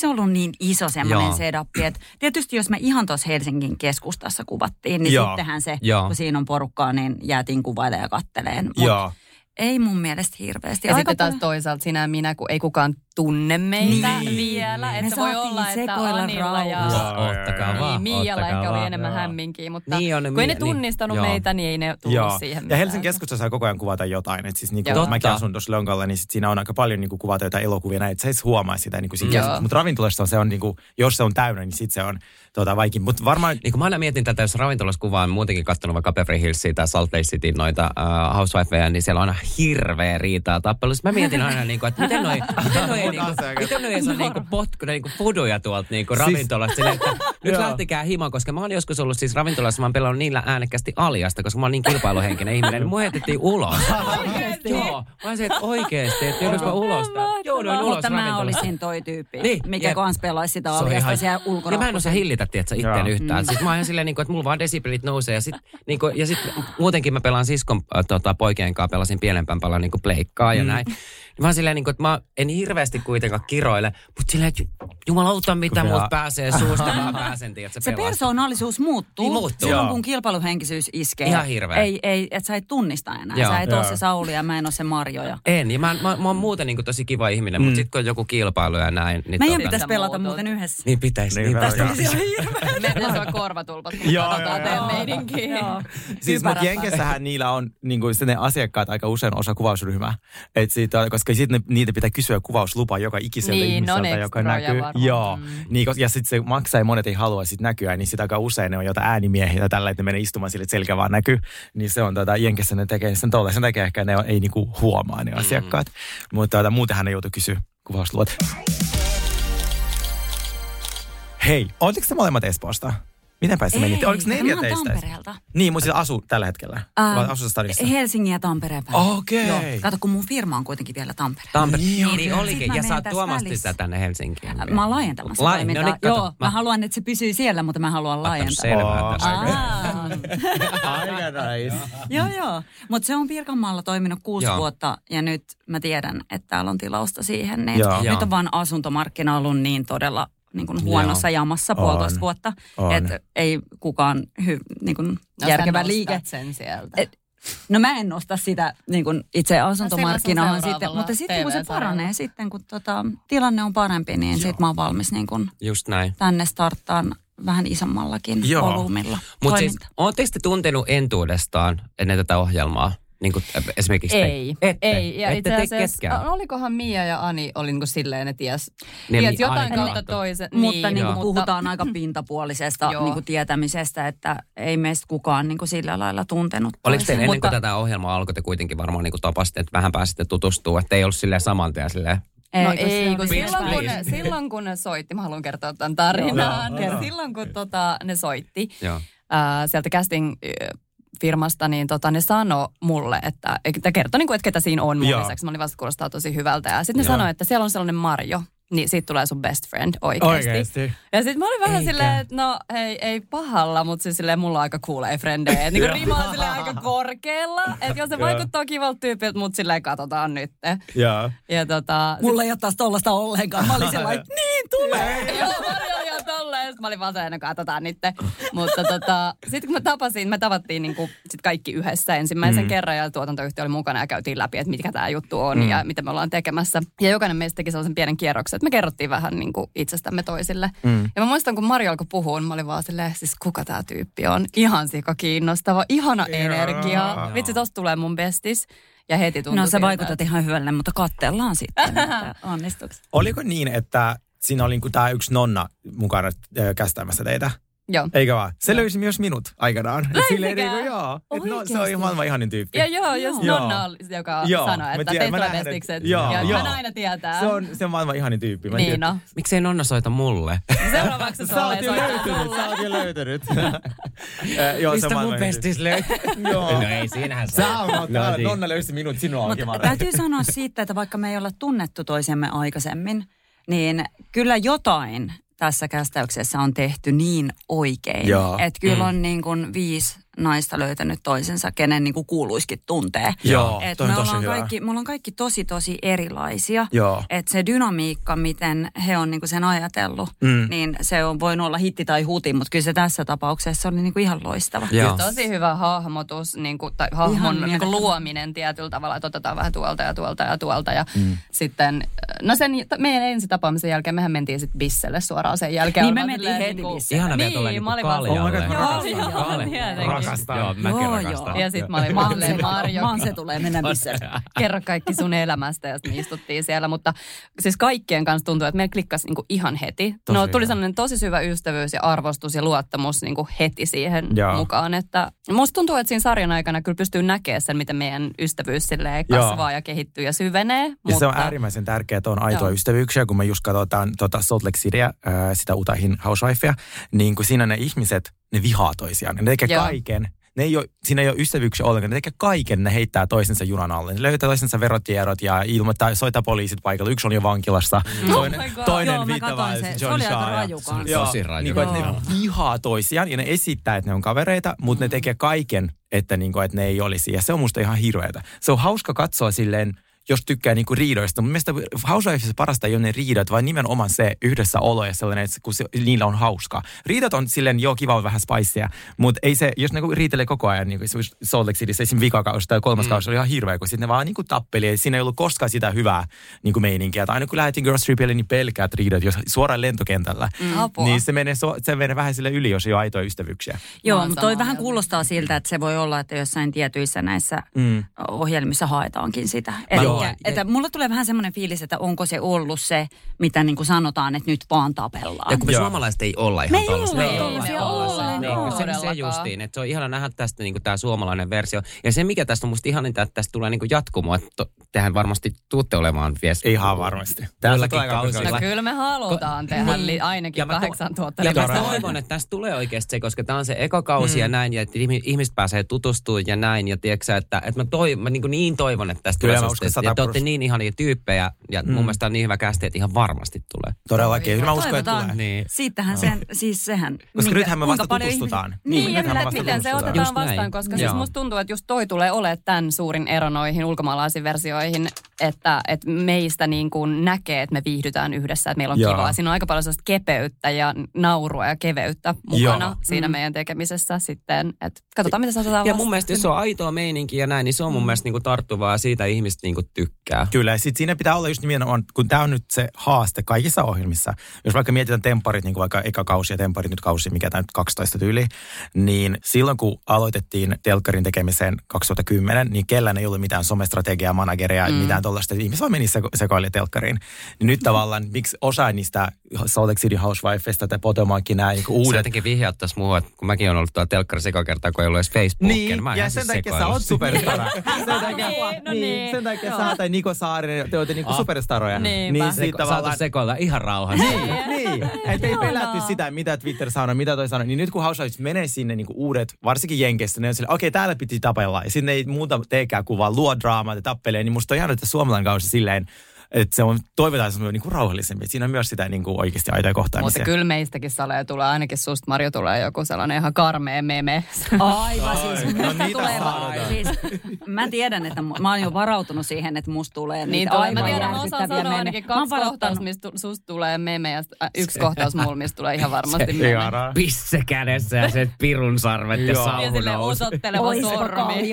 niin iso semmoinen Joo. setup, että tietysti jos me ihan tuossa Helsingin keskustassa kuvattiin, niin Joo. sittenhän se, Joo. kun siinä on porukkaa, niin jäätiin kuvailemaan ja katteleen. Mut Joo. ei mun mielestä hirveästi. Ja Aika sitten taas paljon- toisaalta sinä ja minä, kun ei kukaan tunne meitä Niin. vielä. Me Että se voi saatiin olla, että sekoilla Anilla ja... rauhassa. Ottakaa vaan. Niin, Mialla ottakaa ehkä oli vaan. enemmän Joo. hämminkiä, mutta Niin on, kun ei ne niin, tunnistanut joo. meitä, niin ei ne tullut Joo. siihen. Ja Helsingin mitään. keskustassa saa koko ajan kuvata jotain. Et siis niinku, Joo. mäkin Totta. asun tuossa Lönkalla, niin sit siinä on aika paljon niinku kuvata jotain elokuvia. Näin, et sä edes huomaa sitä niinku siinä Joo. keskustassa. Mutta ravintolassa se on, niinku, jos se on täynnä, niin sit se on tota, vaikin. Mutta varmaan... Niin kun mä aina mietin tätä, jos ravintolassa kuvaan, muutenkin katsonut vaikka Beverly Hillsia tai Salt Lake Cityn noita uh, housewifeja, niin siellä on aina hirveä riitaa tappelu. Sitten mä mietin aina, niinku, että miten noi, miten noi, ei, niinku, miten noi ei saa niinku, potku, niinku, puduja tuolta niinku, ravintolasta. Silleen, että nyt Joo. lähtikää himaan, koska mä oon joskus ollut siis ravintolassa, mä oon pelannut niillä äänekkäästi Aliasta, koska mä oon niin kilpailuhenkinen ihminen, niin mun heitettiin ulos. Joo, mä olisin, että oikeesti, että joudunko mä ulos? Jouduin ulos Mutta mä ravintolasta. olisin toi tyyppi, Niin, mikä jep. kans pelaisi sitä Se on aliasta ihan- siellä Ja mä en ulkorappusen. osaa hillitä, tietsä, itteen Joo. yhtään. Sitten mä oon ihan silleen, niin kuin, että mulla vaan desibelit nousee. Ja sit, niin kuin, ja sit muutenkin mä pelaan siskon äh, tota, poikien kanssa, pelasin pienempään palan niin kuin pleikkaa ja näin. Niin mä oon silleen, niin kuin, että mä en hirveästi kuitenkaan kiroile, mutta silleen, että jumalauta, mitä Kun muut vielä- pääsee suusta, mä pääsen, tietsä, Se pelaan. persoonallisuus muuttuu, Niin muuttuu. silloin, Joo. kun kilpailuhenkisyys iskee. Ihan hirveä. Ei, ei, että sä et tunnista enää. Joo. Sä et Joo. ole se Sauli ja mä en ole se Marjo. Ja... En, ja mä, mä, mä oon muuten niin kuin, tosi kiva ihminen, Mm. mutta sit kun on joku kilpailu ja näin, niin Meidän tota- pitäisi pelata muutut. muuten yhdessä. Niin pitäisi. Niin Niin, hyvä. pitäisi. Joo. Me pitäisi olla korvatulpat, kun Joo, katsotaan joo, teidän joo. meidinkin. Siis mutta Jenkessähän niillä on niinku, ne asiakkaat aika usein osa kuvausryhmää. Et siitä, koska sitten niitä pitää kysyä kuvauslupa joka ikiseltä Niin, ihmiseltä, ne on joka extroja näkyy. varmaan. Joo. Mm. Niin, kos- ja sitten se maksaa ja monet ei halua sit näkyä, niin sitä aika usein ne on jotain äänimiehiä tai tällä, että ne menee istumaan sille, että selkä vaan näkyy. Niin se on tota, Jenkessä ne tekee sen tolle. Sen takia ehkä ne on, ei niinku huomaa ne asiakkaat. Mm. Mutta tota, muutenhan ne joutuu kysyä kuvausluvat. Hei, oletteko te molemmat Espoosta? Miten päin se menitte? Oliko neljä mä oon teistä? Tampereelta. Niin, mutta siis asuu tällä hetkellä. Ää, Vai asuu stadissa? Helsingin ja Tampereen välillä. Okei. Joo. Kato, kun mun firma on kuitenkin vielä Tampereella. Tampere. Niin, Niin, niin okei. olikin. Sit mä Ja menen sä oot tässä tuomassa välissä. sitä tänne Helsinkiin. Mä oon laajentamassa Lain- toimintaa. no niin, kato, Joo, mä- mä haluan, että se pysyy siellä, mutta mä haluan Ottanut laajentaa. selvää Oo. tässä. Aa. Aika nice. Joo, joo. Mutta se on Pirkanmaalla toiminut kuusi Joo. vuotta ja nyt mä tiedän, että täällä on tilausta siihen. Niin Joo. nyt Joo. on vaan asuntomarkkina ollut niin todella niin kuin huonossa Joo. jamassa On. puolitoista vuotta, On. että ei kukaan hy, niin kuin No, järkevä sä liike. nostat sen sieltä. Et- No mä en nosta sitä niin kuin itse asuntomarkkinahan seuraavalla sitten, mutta sitten kun se T V-sarjalla. paranee, sitten kun tota, tilanne on parempi, niin sitten mä oon valmis niin kuin Just näin. tänne starttaan vähän isommallakin Joo. volyymilla Mutta siis, toimintaa. ootteko te tuntenut entuudestaan ennen tätä ohjelmaa? Niin kuin esimerkiksi Ei, te. Ette. ei. Ja Ette itse te asiassa, ketkään. olikohan Mia ja Ani oli niinku silleen, ne ties, Niin, ties niin, jotain Ani kautta katsoi. toisen. Mutta niin Joo. kuin puhutaan aika pintapuolisesta Joo. niin kuin tietämisestä, että ei meistä kukaan niin kuin sillä lailla tuntenut Oliko toisen. teillä ennen kuin Mutta tätä ohjelmaa alkoi, te kuitenkin varmaan niin kuin tapasitte, että vähän pääsitte tutustua, että ei ollut silleen saman tien silleen. No kun se ei, oli kun siis silloin kun, please. ne, silloin kun ne soitti, mä haluan kertoa tämän tarinan. Joo, joo. Silloin kun tota, ne soitti Joo. ää, sieltä casting äh, firmasta, niin tota, ne sanoi mulle, että, että kertoi, niin kuin, että ketä siinä on mun Joo. lisäksi. Mä olin vasta kuulostaa tosi hyvältä. Ja sitten ne Joo. sanoi, että siellä on sellainen Marjo, niin siitä tulee sun best friend oikeasti. Oikeesti. Ja sitten mä olin vähän Eikä. silleen, että no ei, ei pahalla, mutta siis silleen mulla on aika cooleja frendejä. Että niinku rima on silleen aika korkealla. Että jos se vaikuttaa kivalta tyypiltä, mutta silleen katsotaan nyt. Joo. Ja tota... mulla ei ole taas tollasta ollenkaan. Mä olin sellainen, että niin tulee. Joo, Marjo oli ihan tolleen. Sitten mä olin vaan sellainen, katsotaan nyt. Mutta tota, sitten kun mä tapasin, me tavattiin niinku sit kaikki yhdessä ensimmäisen mm. kerran ja tuotantoyhtiö oli mukana ja käytiin läpi, että mikä tämä juttu on mm. ja mitä me ollaan tekemässä. Ja jokainen meistä teki sellaisen pienen kierroksen, että me kerrottiin vähän niinku itsestämme toisille. Mm. Ja mä muistan, kun Marjo alkoi puhua, mä olin vaan silleen, siis kuka tämä tyyppi on? Ihan sika kiinnostava, ihana energia. Vitsi, tosta tulee mun bestis. Ja heti tuntui No sä siltä, vaikutat ihan hyvälle, mutta katsellaan sitten, että onnistuuko. Oliko niin, että siinä oli niin tämä yksi nonna mukana äh, kästäämässä teitä? Joo. Eikö vaan? Se löysi myös minut aikanaan. Et silleen Löysikää? niin kuin, joo. Et no, se on Oikeesti? ihan maailman ihanin tyyppi. Ja joo, jos Joo. Nonna oli, se, joka Joo, sanoi, mä että tiedän, teistä mä tulee näen, bestikset. että- joo, ja joo. hän aina tietää. Se on, se on maailman ihanin tyyppi. Mä Niin tiedän. no. Miksei Nonna soita mulle? Seuraavaksi Sä oot sulle jo soittaa löytynyt, sulle. sä oot jo löytynyt. Eh, joo, se Mistä on mun maailman ihanin tyyppi. bestis löytyy? Joo. No ei, siinähän se Sä oot, No niin. Nonna löysi minut, sinua onkin Mutta varmaan. täytyy sanoa siitä, että vaikka me ei olla tunnettu toisemme aikaisemmin, niin kyllä jotain tässä kästäyksessä on tehty niin oikein. Että kyllä on niin kuin viisi naista löytänyt toisensa, kenen niin kuin kuuluisikin tuntee. Joo, että me ollaan kaikki, me ollaan kaikki tosi tosi erilaisia. Että se dynamiikka, miten he on niin kuin sen ajatellut, mm. niin se on voinut olla hitti tai huti, mutta kyllä se tässä tapauksessa oli niin kuin ihan loistava. Joo. Tosi hyvä hahmotus, niin kuin, tai hahmon niin kuin luominen tietyllä tavalla, että otetaan vähän tuolta ja tuolta ja tuolta. Ja mm. sitten, no sen meidän ensi tapaamisen jälkeen, mehän mentiin sitten Bisselle suoraan sen jälkeen. Niin me mentiin heti niin Bisselle. Ihana vielä tulee niin kuin kaljalle. Rakastan. Joo, mäkin joo, rakastan. Ja sit mä olin Malle Marjo. Manse tulee mennä missä. Kerro kaikki sun elämästä ja sitten me istuttiin siellä. Mutta siis kaikkien kanssa tuntuu, että meillä klikkasi niinku ihan heti. Tosi no tuli hyvä. Sellainen tosi syvä ystävyys ja arvostus ja luottamus niinku heti siihen Jaa. mukaan. Että musta tuntuu, että siinä sarjan aikana kyllä pystyy näkemään sen, miten meidän ystävyys silleen kasvaa Jaa. ja kehittyy ja syvenee. Ja mutta... se on äärimmäisen tärkeää, että on aitoa Jaa. ystävyyksiä. Kun me just katsotaan tota Salt Lake Cityä, äh, sitä Utahin housewifea, niin kun siinä ne ihmiset, ne vihaa toisiaan. Ne tekee Joo. kaiken. Ne ei ole, siinä ei ole ystävyyksiä ollenkaan. Ne tekee kaiken, ne heittää toisensa junan alle. Ne löytää toisensa verotiedot ja ilmoittaa, soittaa poliisit paikalle. Yksi on jo vankilassa. Mm. Toinen, oh toinen viittavaa, se. John Se oli Shaw. aika raju kanssa. Se oli tosi raju. Niin kuin, että ne vihaa toisiaan ja ne esittää, että ne on kavereita, mutta mm. ne tekee kaiken, että, niin kuin, että ne ei olisi. Ja se on musta ihan hirveätä. Se on hauska katsoa silleen, jos tykkää niinku riidoista. Mun mielestä Housewifeissa parasta ei ole ne riidat, vaan nimenomaan se yhdessä olo ja sellainen, että kun se, niillä on hauskaa. Riidat on silleen, joo, kiva vähän spicea, mutta ei se, jos ne riitelee koko ajan, niin kuin Salt Lake Cityssä, esimerkiksi vikakausi tai kolmas mm. kausi oli ihan hirveä, kun sitten ne vaan niinku tappeli, ja siinä ei ollut koskaan sitä hyvää niinku meininkiä. Tai aina kun lähdettiin Girls Tripille, niin pelkäät riidat, jos suoraan lentokentällä. Mm. Niin se menee, se menee vähän sille yli, jos ei ole aitoja ystävyyksiä. Joo, mutta toi vähän kuulostaa siltä, että se voi olla, että jossain tietyissä näissä mm. ohjelmissa haetaankin sitä. Että, että mulla tulee vähän semmoinen fiilis, että onko se ollut se, mitä niin kuin sanotaan, että nyt vaan tapellaan. Ja kun me Joo. suomalaiset ei olla ihan tollaisia. Me ei olla niin, se, se justiin, että se on ihana nähdä tästä niin kuin tämä suomalainen versio. Ja se, mikä tästä on musta ihaninta, että tästä tulee niin kuin jatkumo, että to, tehän varmasti tuutte olemaan vielä. Ihan varmasti. Tälläkin kausilla. No kyllä me halutaan Ko- tehdä niin. ainakin kahdeksan tuotta. Ja mä toivon, että tästä tulee oikeasti se, koska tämä on se ekakausi mm. ja näin, ja että ihmiset pääsee tutustumaan ja näin, ja tiedätkö että, että mä, toi, mä niin, niin toivon, että tästä tulee suhteessa. Ja te olette niin ihania tyyppejä, ja mm. mun mielestä on niin hyvä kästi, että ihan varmasti tulee. Todellakin, mä uskon, että tulee. Niin. Siitähän sen, siis sehän. Koska minkä, nythän me vasta tutustutaan. Ihmis... Niin, niin ja miten se otetaan just vastaan, näin. Koska siis musta tuntuu, että just toi tulee olemaan tämän suurin ero noihin ulkomaalaisiin versioihin, että, että meistä niin kuin näkee, että me viihdytään yhdessä, että meillä on Joo. kivaa. Siinä on aika paljon sellaista kepeyttä ja naurua ja keveyttä mukana Joo. siinä mm. meidän tekemisessä sitten, että katsotaan, mitä se otetaan vastaan. Ja mun mielestä, jos se on aitoa meininkiä ja näin, niin se on mun mm. mielestä niin kuin tarttuvaa ja siitä ihmiset niin kuin tykkää. Kyllä, ja sitten siinä pitää olla just nimenomaan, kun tämä on nyt se haaste kaikissa ohjelmissa. Jos vaikka mietitään tempparit, niin kuin vaikka eka kausi ja tempparit nyt kausi, mikä tämä nyt kaksitoista tyyli, niin silloin kun aloitettiin telkkarin tekemiseen kaksituhattakymmenen, niin kellään ei ollut mitään somestrategiaa, manageria, mm. mitään tuollaista. Ihmiset vaan meni seko- sekoille telkkariin. Niin nyt tavallaan, miksi osa niistä Salt Lake City Housewifeista tai Potomacin nämä niin uudet... Se jotenkin vihjattaisi mua, että kun mäkin olen ollut tuolla telkkarissa eka kertaa, kun ei ollut edes Facebookia, niin, mä ja sen siis takia sä oot superstara. sen takia, no niin, sen takia sä tai Niko Saarinen, te olette niinku oh. superstaroja. Niinpä. Niin siitä tavallaan... Saatu sekoilla ihan rauhassa. niin, niin. Että ei pelätty sitä, mitä Twitter sanoo, mitä toi sanoo. Niin nyt kun Housewives menee sinne niinku uudet, varsinkin Jenkeissä, ne on silleen, okei, okay, täällä piti tapella. Ja sitten ei muuta teekään kuin vaan luo draamaa ja tappelee. Niin musta on ihan, että suomalainen kausi silleen, että se on, toivotaan, että se on niinku rauhallisempi. Siinä on myös sitä niinku oikeasti aitoja kohtaamisia. Mutta kyllä meistäkin Sale tulee, ainakin susta Marjo tulee joku sellainen ihan karmea meme. Aivan siis. No, tulee siis, mä tiedän, että mä oon jo varautunut siihen, että musta tulee niin niitä aivan mä tiedän, mä osaan sanoa ainakin kaksi kohtaus, mistä susta tulee meme ja yksi kohtaus mulla, mistä tulee ihan varmasti meme. Pisse kädessä ja se pirun sarvet ja sauhu ja silleen osoitteleva sormi.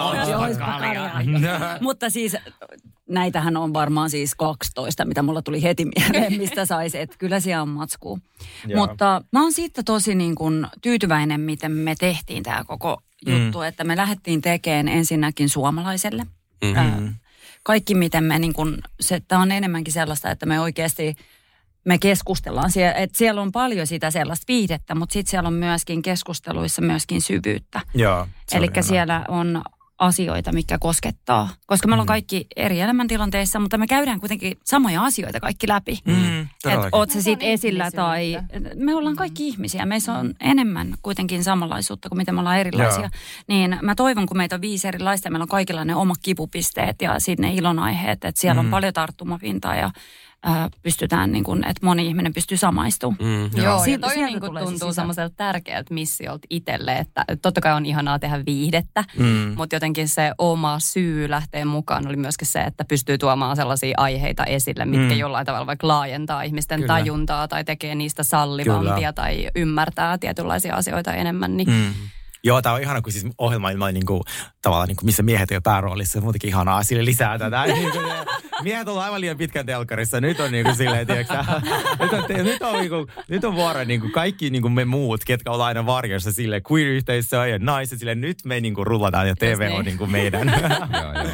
Mutta siis... Näitähän on varmaan siis kaksitoista, mitä mulla tuli heti mieleen, mistä saisi, että kyllä siellä on matskua. Mutta mä oon siitä tosi niin kuin tyytyväinen, miten me tehtiin tämä koko juttu, mm. että me lähdettiin tekemään ensinnäkin suomalaiselle. Mm-hmm. Kaikki miten me niin kuin, se, tää on enemmänkin sellaista, että me oikeasti, me keskustellaan. Siellä, että siellä on paljon sitä sellaista viihdettä, mutta sitten siellä on myöskin keskusteluissa myöskin syvyyttä. Eli siellä on... asioita, mikä koskettaa. Koska me ollaan kaikki eri elämäntilanteissa, mutta me käydään kuitenkin samoja asioita kaikki läpi. Mm, että oot se sitten esillä tai... Me ollaan kaikki ihmisiä. Meissä on enemmän kuitenkin samanlaisuutta kuin mitä me ollaan erilaisia. Joo. Niin mä toivon, kun meitä on viisi erilaista, meillä on kaikilla ne omat kipupisteet ja sitten ne ilonaiheet, että siellä mm. on paljon tarttumapintaa ja ää, pystytään, niin kuin, että moni ihminen pystyy samaistumaan. Mm. Joo, Si- ja toi sieltä niinku tulee se tuntuu sisältö. semmoiselta tärkeältä missiolta itselle, että totta kai on ihanaa tehdä viihdettä, mm. mutta jotenkin se oma syy lähteä mukaan oli myöskin se, että pystyy tuomaan sellaisia aiheita esille, mitkä mm. jollain tavalla vaikka laajentaa ihmisten Kyllä. tajuntaa tai tekee niistä sallivampia Kyllä. tai ymmärtää tietynlaisia asioita enemmän. Niin mm. Joo, tämä on ihana, kun siis ohjelma on niinku, tavallaan niinku, missä miehet ei ole pääroolissa. Se on muutenkin ihanaa, sille lisää tätä. Niinku, miehet on aivan liian pitkän telkkarissa. Nyt on niinku silleen, tiiäksä, nyt on, te, nyt on, niinku, nyt on vuoro niinku, kaikki niinku me muut, ketkä ollaan aina varjossa sille queer-yhteisöä ja naiset. Sille nyt me niinku rullataan ja T V on niinku meidän. Joo, joo.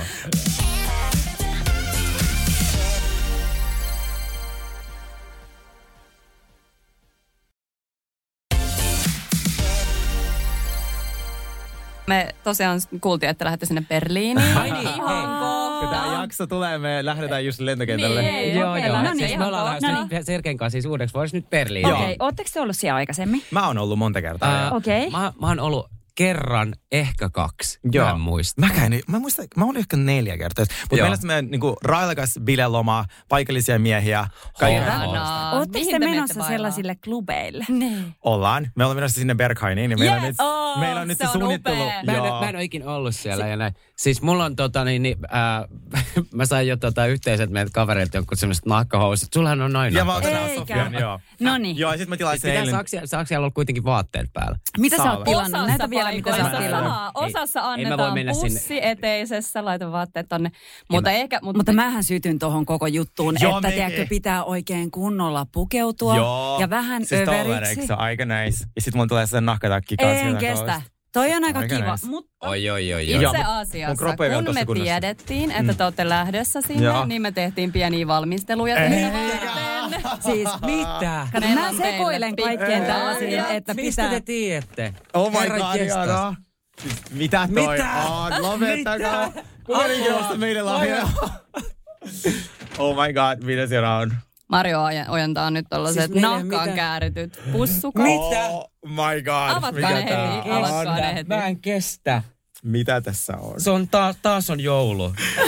Me tosiaan kuultiin, että lähdette sinne Berliiniin. Ai niin, Kun tämä jakso tulee, me lähdetään just lentokentälle. Niin, Joo, okei, joo. no niin, Siis ihan me ollaan kohta. lähdössä Sergen kanssa siis uudeksi vuodeksi nyt Berliiniin. Okei, okay. Ootteko te ollut siellä aikaisemmin? Mä oon ollut monta kertaa. Ää, Okei. Mä, mä oon ollut kerran, ehkä kaksi. Joo. Mä en muista. Mäkään, mä muistan, mä olin ehkä neljä kertaa. Mutta meillä on semmoinen niinku railakas bileloma, paikallisia miehiä. Kaikki Ootteko te menossa sellaisille klubeille? Niin. ollaan. Me ollaan menossa sinne Berghainiin. Niin meillä Yes! on nyt, Oh, meillä on nyt se se on suunnittelu. upea. Mä en, Joo. mä en ole ikinä ollut siellä si- ja näin. Siis mulla on tota niin, niin äh, mä sain jo tota yhteiset meidät kavereilta jonkun semmoiset nahkahousut. Sullahan on noin Ja mä oon nahkahousut. Eikä. Sofian, joo. Noniin. Joo, ja sit mä tilasin Pitää, eilen. saako, siellä, saako siellä olla kuitenkin vaatteet päällä? Mitä sä Saa oot olla. tilannut? Näitä vielä, mitä sä oot paikoissa tilannut. saa. Osassa Ei, ei mä voi annetaan mennä sinne. pussi eteisessä, laita vaatteet tonne. Mutta ehkä... Mutta, Mutta mähän sytyn tohon koko juttuun, Joo, että mekin. tiedätkö, pitää oikein kunnolla pukeutua Joo. ja vähän siis överiksi. tollainen, se on aika nice. Ja sit mulla tulee sen nahkatakki kanssa. En vielä kestä. kauheasti. Toi on aika Aika kiva, nice. mutta Oi, oi, oi, oi. Joo, itse mut mun asiassa, kroppa ei ole kun tossa me kunnossa. tiedettiin, että te olette lähdössä sinne, Joo. niin me tehtiin pieniä valmisteluja sinne varten. siis Mitä? kato, Meillä mä on teille sekoilen pikku- kaikkien Ei. tällaisiin, että Mistä pitää... te tiedätte? Oh my Herran god, jestas. Jana. Siis mitä toi Mitä? on? Lopettakaa. Kuka osta meille lahjaa? Oh my god, mitä siellä on? Mario ojen- ojentaa nyt tollaset Siis meillä- nahkaan mitä? käärityt pussukat. Mitä? Oh my god. Avatkaa mikä ne heti, tää on? avatkaa ne heti. Mä en kestä. Mitä tässä on? Se on taas, taas on joulu.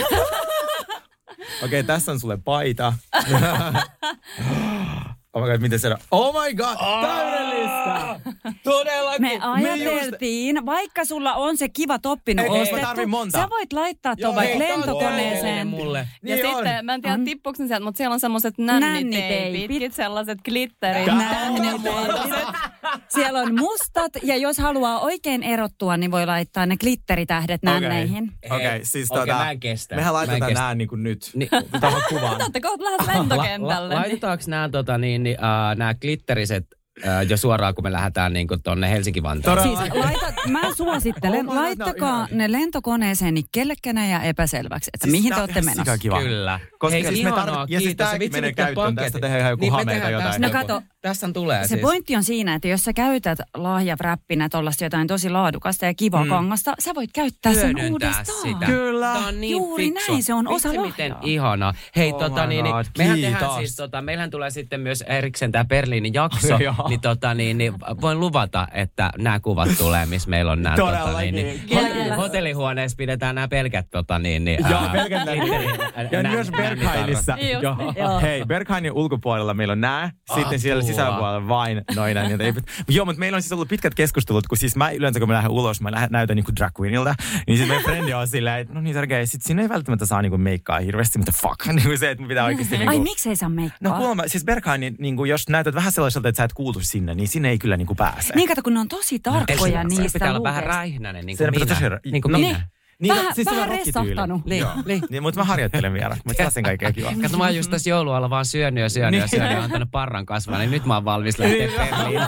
Okei, okay, tässä on sulle paita. Oh my god, miten se on? Oh my god, täydellistä! Todellakin. Me ajateltiin, vaikka sulla on se kiva toppinut Ei, ei, mä ostettu, tarvin monta. sä voit laittaa Joo, tuon vaikka hei, tää on lentokoneeseen. mulle. Ja Niin sitten, on. mä en tiedä tippuuko ne sieltä, mutta siellä on semmoset nänniteipit, Nänniteipit. sellaiset glitterit. Nänniteipit. Siellä on mustat, ja jos haluaa oikein erottua, niin voi laittaa ne glitteritähdet nänneihin. Okei, okay, siis Okei, tota... mä en kestä. Mehän Mä en laitetaan kestä. nää niinku nyt. Ni- Tähän kuvaan. Te olette kohta lähes lentokentälle. La, la, laitetaanko nämä tota, niin, niin, uh, nää glitteriset uh, jo suoraan, kun me lähdetään niin tuonne Helsinki-Vantaalle? Todella. Siis laita, mä suosittelen, Oh my God, laittakaa no, ihan. ne lentokoneeseen niin kellekänä ja epäselväksi, että Siis mihin tää te on olette ihan menossa. sikakiva. Kyllä. Koska Hei, siis me ihanaa, tarvit- ja siis kiitos. tääkin Vitsi, menee mitkä käyttöön. paketit. Tästä tehdään joku Niin, me hameita tehdään jotain. tästä No kato, joku- Tästä tulee Se siis. pointti on siinä, että jos sä käytät lahjavräppinä tuollaista jotain tosi laadukasta ja kivaa mm. kangasta, sä voit käyttää sen Hyödyntää uudestaan. sitä. Kyllä. Tää on niin Juuri fiksua. näin, se on osa Vitsi, miten lahjaa. ihana. Hei, Oh tota, my niin, niin, God, mehän kiitos. tehdään siis, tota, meillähän tulee sitten myös erikseen tää Berliinin jakso. Joo. niin, tota, niin, niin, voin luvata, että nämä kuvat tulee, missä meillä on nämä tota, Todellakin. niin, niin, Kyllä. hotellihuoneessa pidetään nämä pelkät tota, niin, niin, Joo, ää, pelkät glitterin- Ja nä- myös nännitarrat. Berghainissa. Just. Joo. Hei, Berghainin ulkopuolella meillä on nää, sitten Apua. siellä sisäpuolella vain noin näitä. Joo, mutta meillä on siis ollut pitkät keskustelut, kun siis mä yleensä kun mä lähden ulos, mä lähden, näytän niinku drag queenilta, niin sitten meidän frendi on silleen, että no niin Sergei, sit siinä ei välttämättä saa niinku meikkaa hirveästi, mutta fuck, niinku se, että pitää oikeasti niinku... Ai miksei saa meikkaa? No kuulemma, siis Berghainin, niinku, jos näytät vähän sellaiselta, että sä et kuulu sinne, niin sinne ei kyllä niinku pääse. Niin kato, kun ne on tosi tarkkoja Se niistä pitää olla vähän lukeista. räihnäinen, niin Siinä kuin pitää minä. tosi- Niin kuin no minä. Niin, Vähän- siis vähän se on rockityyli. ressahtanut. Niin, Joo. niin. Niin, mutta mä harjoittelen vielä. Mä tilasin kaikkea kivaa. Kato, mä oon just tässä joulualla vaan syönyt ja syönyt ja Niin. syönyt ja antanut parran kasvaa, niin nyt mä oon valmis lähteä Berliin.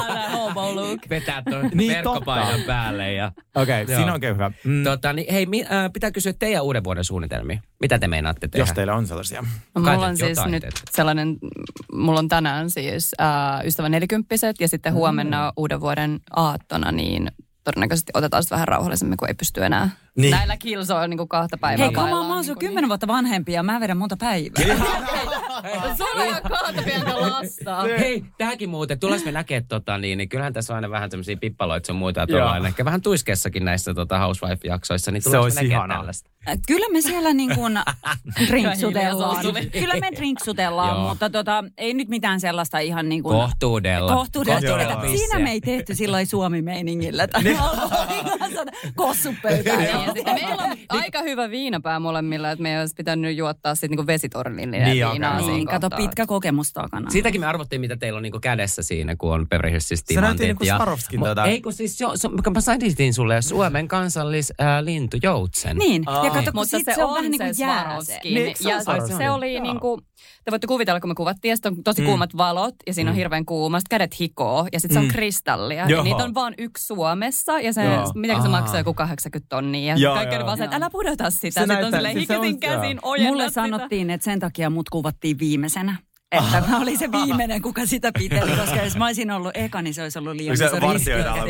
Hobo look. Vetää tuon Niin, verkkopaidan totta. päälle. Ja, Okei, okay, Joo. siinä on oikein hyvä. Mm, tota, niin, hei, mi, äh, pitää kysyä teidän uuden vuoden suunnitelmia. Mitä te meinaatte tehdä? jos teillä on sellaisia. No, Kai mulla te on siis jotain nyt teette. sellainen, mulla on tänään siis äh, ystävän nelikymppiset ja sitten huomenna uuden vuoden aattona, niin todennäköisesti otetaan sitten vähän rauhallisemmin, kun ei pysty enää. Niin. Niin. Näillä kilsoilla niin kuin kahta päivää Hei, come on, vaellaan mä oon niin sun kuin kymmenen vuotta vanhempi ja mä vedän monta päivää. Sulla ei ole kahta pientä lasta. Hei, tämäkin muuten. Tulis me näkee tota niin, niin kyllähän tässä on aina vähän tämmöisiä pippaloita sun muita. Tuolla ehkä vähän tuiskessakin näissä tota Housewife-jaksoissa. Niin se olisi ihanaa. Kyllä me siellä niin kuin drinksutellaan. Kyllä me drinksutellaan, mutta tota, ei nyt mitään sellaista ihan niin kuin... Kohtuudella. Kohtuudella. Kohtuudella. Siinä me ei tehty sillai Suomi-meiningillä. Kossupöytään. Meillä on aika hyvä viinapää molemmilla, että me ei olisi pitänyt juottaa sitten niin vesitornillinen niin, viinaa. Niin, niin kato, pitkä kokemus takana. Siitäkin me arvottiin, mitä teillä on niin kädessä siinä, kun on perheellisesti timantit. Se näytti niin kuin Swarovskin tätä. Ei kun siis, jo, so, mä saitin sulle Suomen kansallislintu joutsen. Niin, Aa. ja kato, kun mutta sit se, se on on vähän niin kuin jää se. Niin, ja se, se oli niin kuin, te voitte kuvitella, kun me kuvattiin, ja sitten on tosi mm. kuumat valot, ja siinä on hirveän kuuma, sitten kädet hikoo, ja sitten se on mm. kristallia. Ja niitä on vaan yksi Suomessa, ja se, miten se maksaa joku kahdeksankymmentä tonnia. Ja kaikki oli vaan se, että älä pudota sitä. Sitten on silleen hikesin käsin ojenna. Mulle sanottiin, että sen takia mut kuvattiin viimeisenä. Että mä olin se viimeinen, kuka sitä piteli, koska jos mä olisin ollut eka, niin se olisi ollut liian iso riski.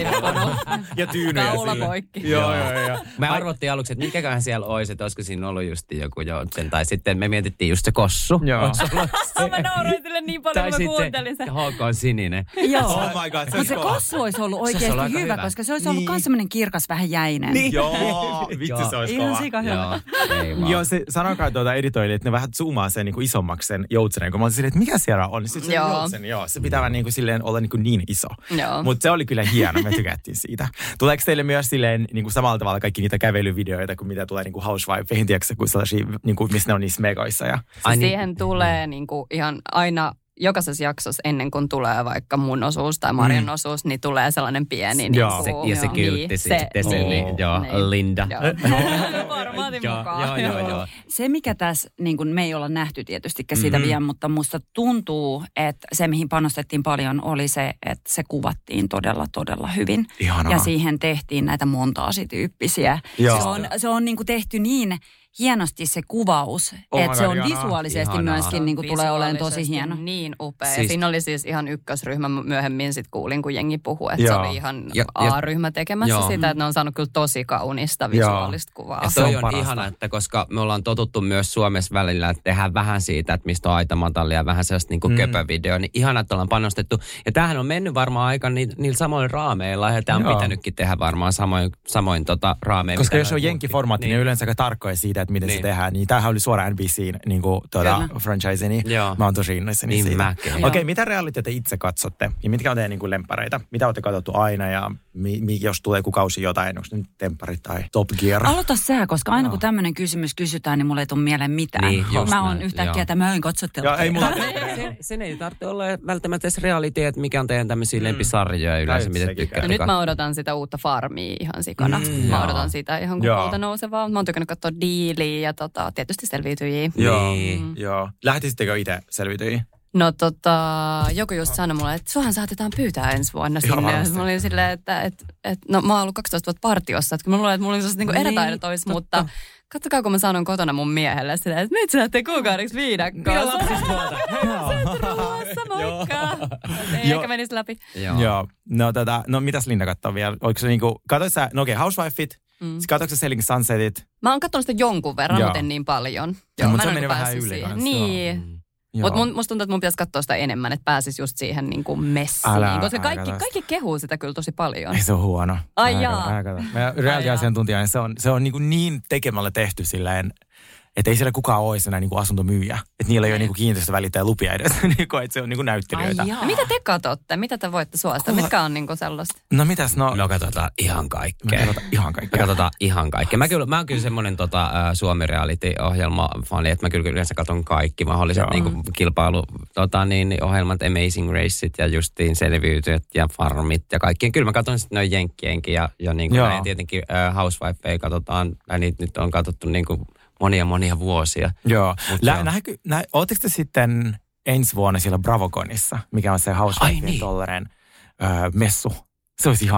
Ja tyynyjä kaula poikki. Joo, joo, joo. Me arvottiin aluksi, että mikäköhän siellä olisi, että olisiko siinä ollut just joku joutsen. Tai sitten me mietittiin just se kossu. Joo. Mä nauroin sille niin paljon, kun mä kuuntelin sen. Tai sitten H K Sininen. Joo. Oh my god, se mutta se kossu olisi ollut oikeasti hyvä, hyvä, koska se olisi ollut myös semmoinen kirkas, vähän jäinen. Niin. Joo, vitsi se olisi kova. Ihan sika hyvä. Joo, se sanokaa tuota editoille, että ne vähän zoomaa sen niin isommaksi sen joutsenen, kun mä olisin silleen, että mikä siellä on? Sitten se joutsen, joo. Se pitää niin kuin silleen olla niin, kuin niin iso. Mutta se oli kyllä hieno, me tykättiin siitä. Tuleeko teille myös silleen niin kuin samalla tavalla kaikki niitä kävelyvideoita, kuin mitä tulee niin kuin Housewifeihin, tiedätkö, kuin sellaisia, niin kuin, missä ne on niissä megoissa? Ja... Ai, niin. Siihen tulee niin kuin ihan aina... Jokaisessa jaksossa ennen kuin tulee vaikka mun osuus tai Marian mm. osuus, niin tulee sellainen pieni. Niin joo, se, ja se kyltti niin, sitten, se, se niin, joo, niin. Linda. Formaatin mukaan. Joo, joo, joo. Se, mikä tässä, niin kuin me ei olla nähty tietystikään sitä mm-hmm. vielä, mutta musta tuntuu, että se, mihin panostettiin paljon, oli se, että se kuvattiin todella, todella hyvin. Ihanaa. Ja siihen tehtiin näitä montaasityyppisiä. Se on, se on niin kuin tehty niin... hienosti se kuvaus, oh että se on ihanaa. Visuaalisesti ihanaa. Myöskin niin kuin tulee olemaan tosi hieno. Niin upea. Siis, siinä oli siis ihan ykkösryhmä. Myöhemmin sitten kuulin, kun jengi puhui, että joo. se oli ihan ja, A-ryhmä tekemässä joo. sitä, että ne on saanut kyllä tosi kaunista visuaalista joo. kuvaa. Ja toi on, on ihana, että koska me ollaan totuttu myös Suomessa välillä, että tehdään vähän siitä, että mistä on aitamatallia ja vähän sellaista niin kuin mm. köpövideo, niin ihana, että ollaan panostettu. Ja tämähän on mennyt varmaan aika ni, niillä samoilla raameilla, ja tämä on joo. pitänytkin tehdä varmaan samoin, samoin tota, raameilla. Koska jos on jenkkiformaatti, niin, niin yleensä aika tarkkoja siitä, että miten niin. se tehdään. Niin tämähän oli suoraan N B C:n niin kuin, tuota, franchise, niin joo. mä oon tosi innoissani niin siitä. Okei, okay, joo. mitä reality te itse katsotte? Ja mitkä on teidän niin kuin lempareita? Mitä olette katsottu aina ja mi, mi, jos tulee kukausi jotain, onko se nyt Tempparit tai Top Gear? Aloita sä, koska aina no. kun tämmöinen kysymys kysytään, niin mulle ei tule mieleen mitään. Niin, mä oon yhtäkkiä, että mä en katso telkkaria. Sen, sen ei tarvitse olla välttämättä edes reality, että mikä on teidän tämmöisiä mm. lempisarjoja yleensä, mitä tykkää. Nyt mä odotan sitä uutta Farmia ihan sikana. Mm, mä joo. odotan sitä ihan kukulta nousevaa. Mä oon tykännyt katsoa Dealia ja tota, tietysti selviytyjiä. Joo, mm. joo. Lähtisittekö itse selviytyjiä? No tota, joku just sanoi mulle, että suohan saatetaan pyytää ensi vuonna sinne. Mä olin silleen, että et, et, no mä oon ollut kaksitoista vuotta partiossa, että mä luulen, että mulla oli sellaiset niinku erätaidot olisi, mutta katsokaa, kun mä sanon kotona mun miehelle sitä, että nyt sä lähtee kuukaudeksi viidakkoon. Mitä lapsista huolta? Sä ruoassa, moikka. Ei ehkä menisi läpi. Joo. Joo. No, tota, no mitäs Linda katsoo vielä? Oliko se niinku, katsoit sä, no okei, okay, Housewifeit, mm. katsoitko sä Selling Sunsetit? Mä oon katsonut sitä jonkun verran, mutta en niin paljon. Joo, mutta se meni vähän yli kanssa. Niin. Mutta musta tuntuu, että mun pitäisi katsoa sitä enemmän, että pääsisi just siihen niin kuin messiin. Älä, koska kaikki, kaikki kehuu sitä kyllä tosi paljon. Ei, se on huono. Ai jaa. Reality-asiantuntija, niin se on, se on niin, kuin niin tekemällä tehty silleen, että ei siellä kukaan ole enää niinku asuntomyyjä. Että niillä ei ole niinku kiinteistövälittäjä lupia edes. Että se on niinku näyttelijöitä. Ai mitä te katsotte? Mitä te voitte suosittaa? Kuva... Mitkä on niinku sellaista? No mitäs no? No katsotaan ihan kaikkea. Me katsotaan ihan kaikkea. Me katsotaan ihan kaikkea. Mä, kyllä, mä oon kyllä semmoinen tota, Suomi reality-ohjelma-fani, että mä kyllä yleensä katson kaikki mahdolliset niinku kilpailu tota, niin, ohjelmat, Amazing Raceit ja justiin Selviytyjät ja Farmit ja kaikkien. Kyllä mä katson sitten noin jenkkienkin ja, ja niinku näin tietenkin uh, Housewifeja katsotaan. Ja niitä nyt on katsottu niinku monia, monia vuosia. Joo. Lä, nähäky, nä, ootteko te sitten ensi vuonna siellä Bravoconissa, mikä on se Housewifein niin. tollainen öö, messu? Se olisi ihanaa.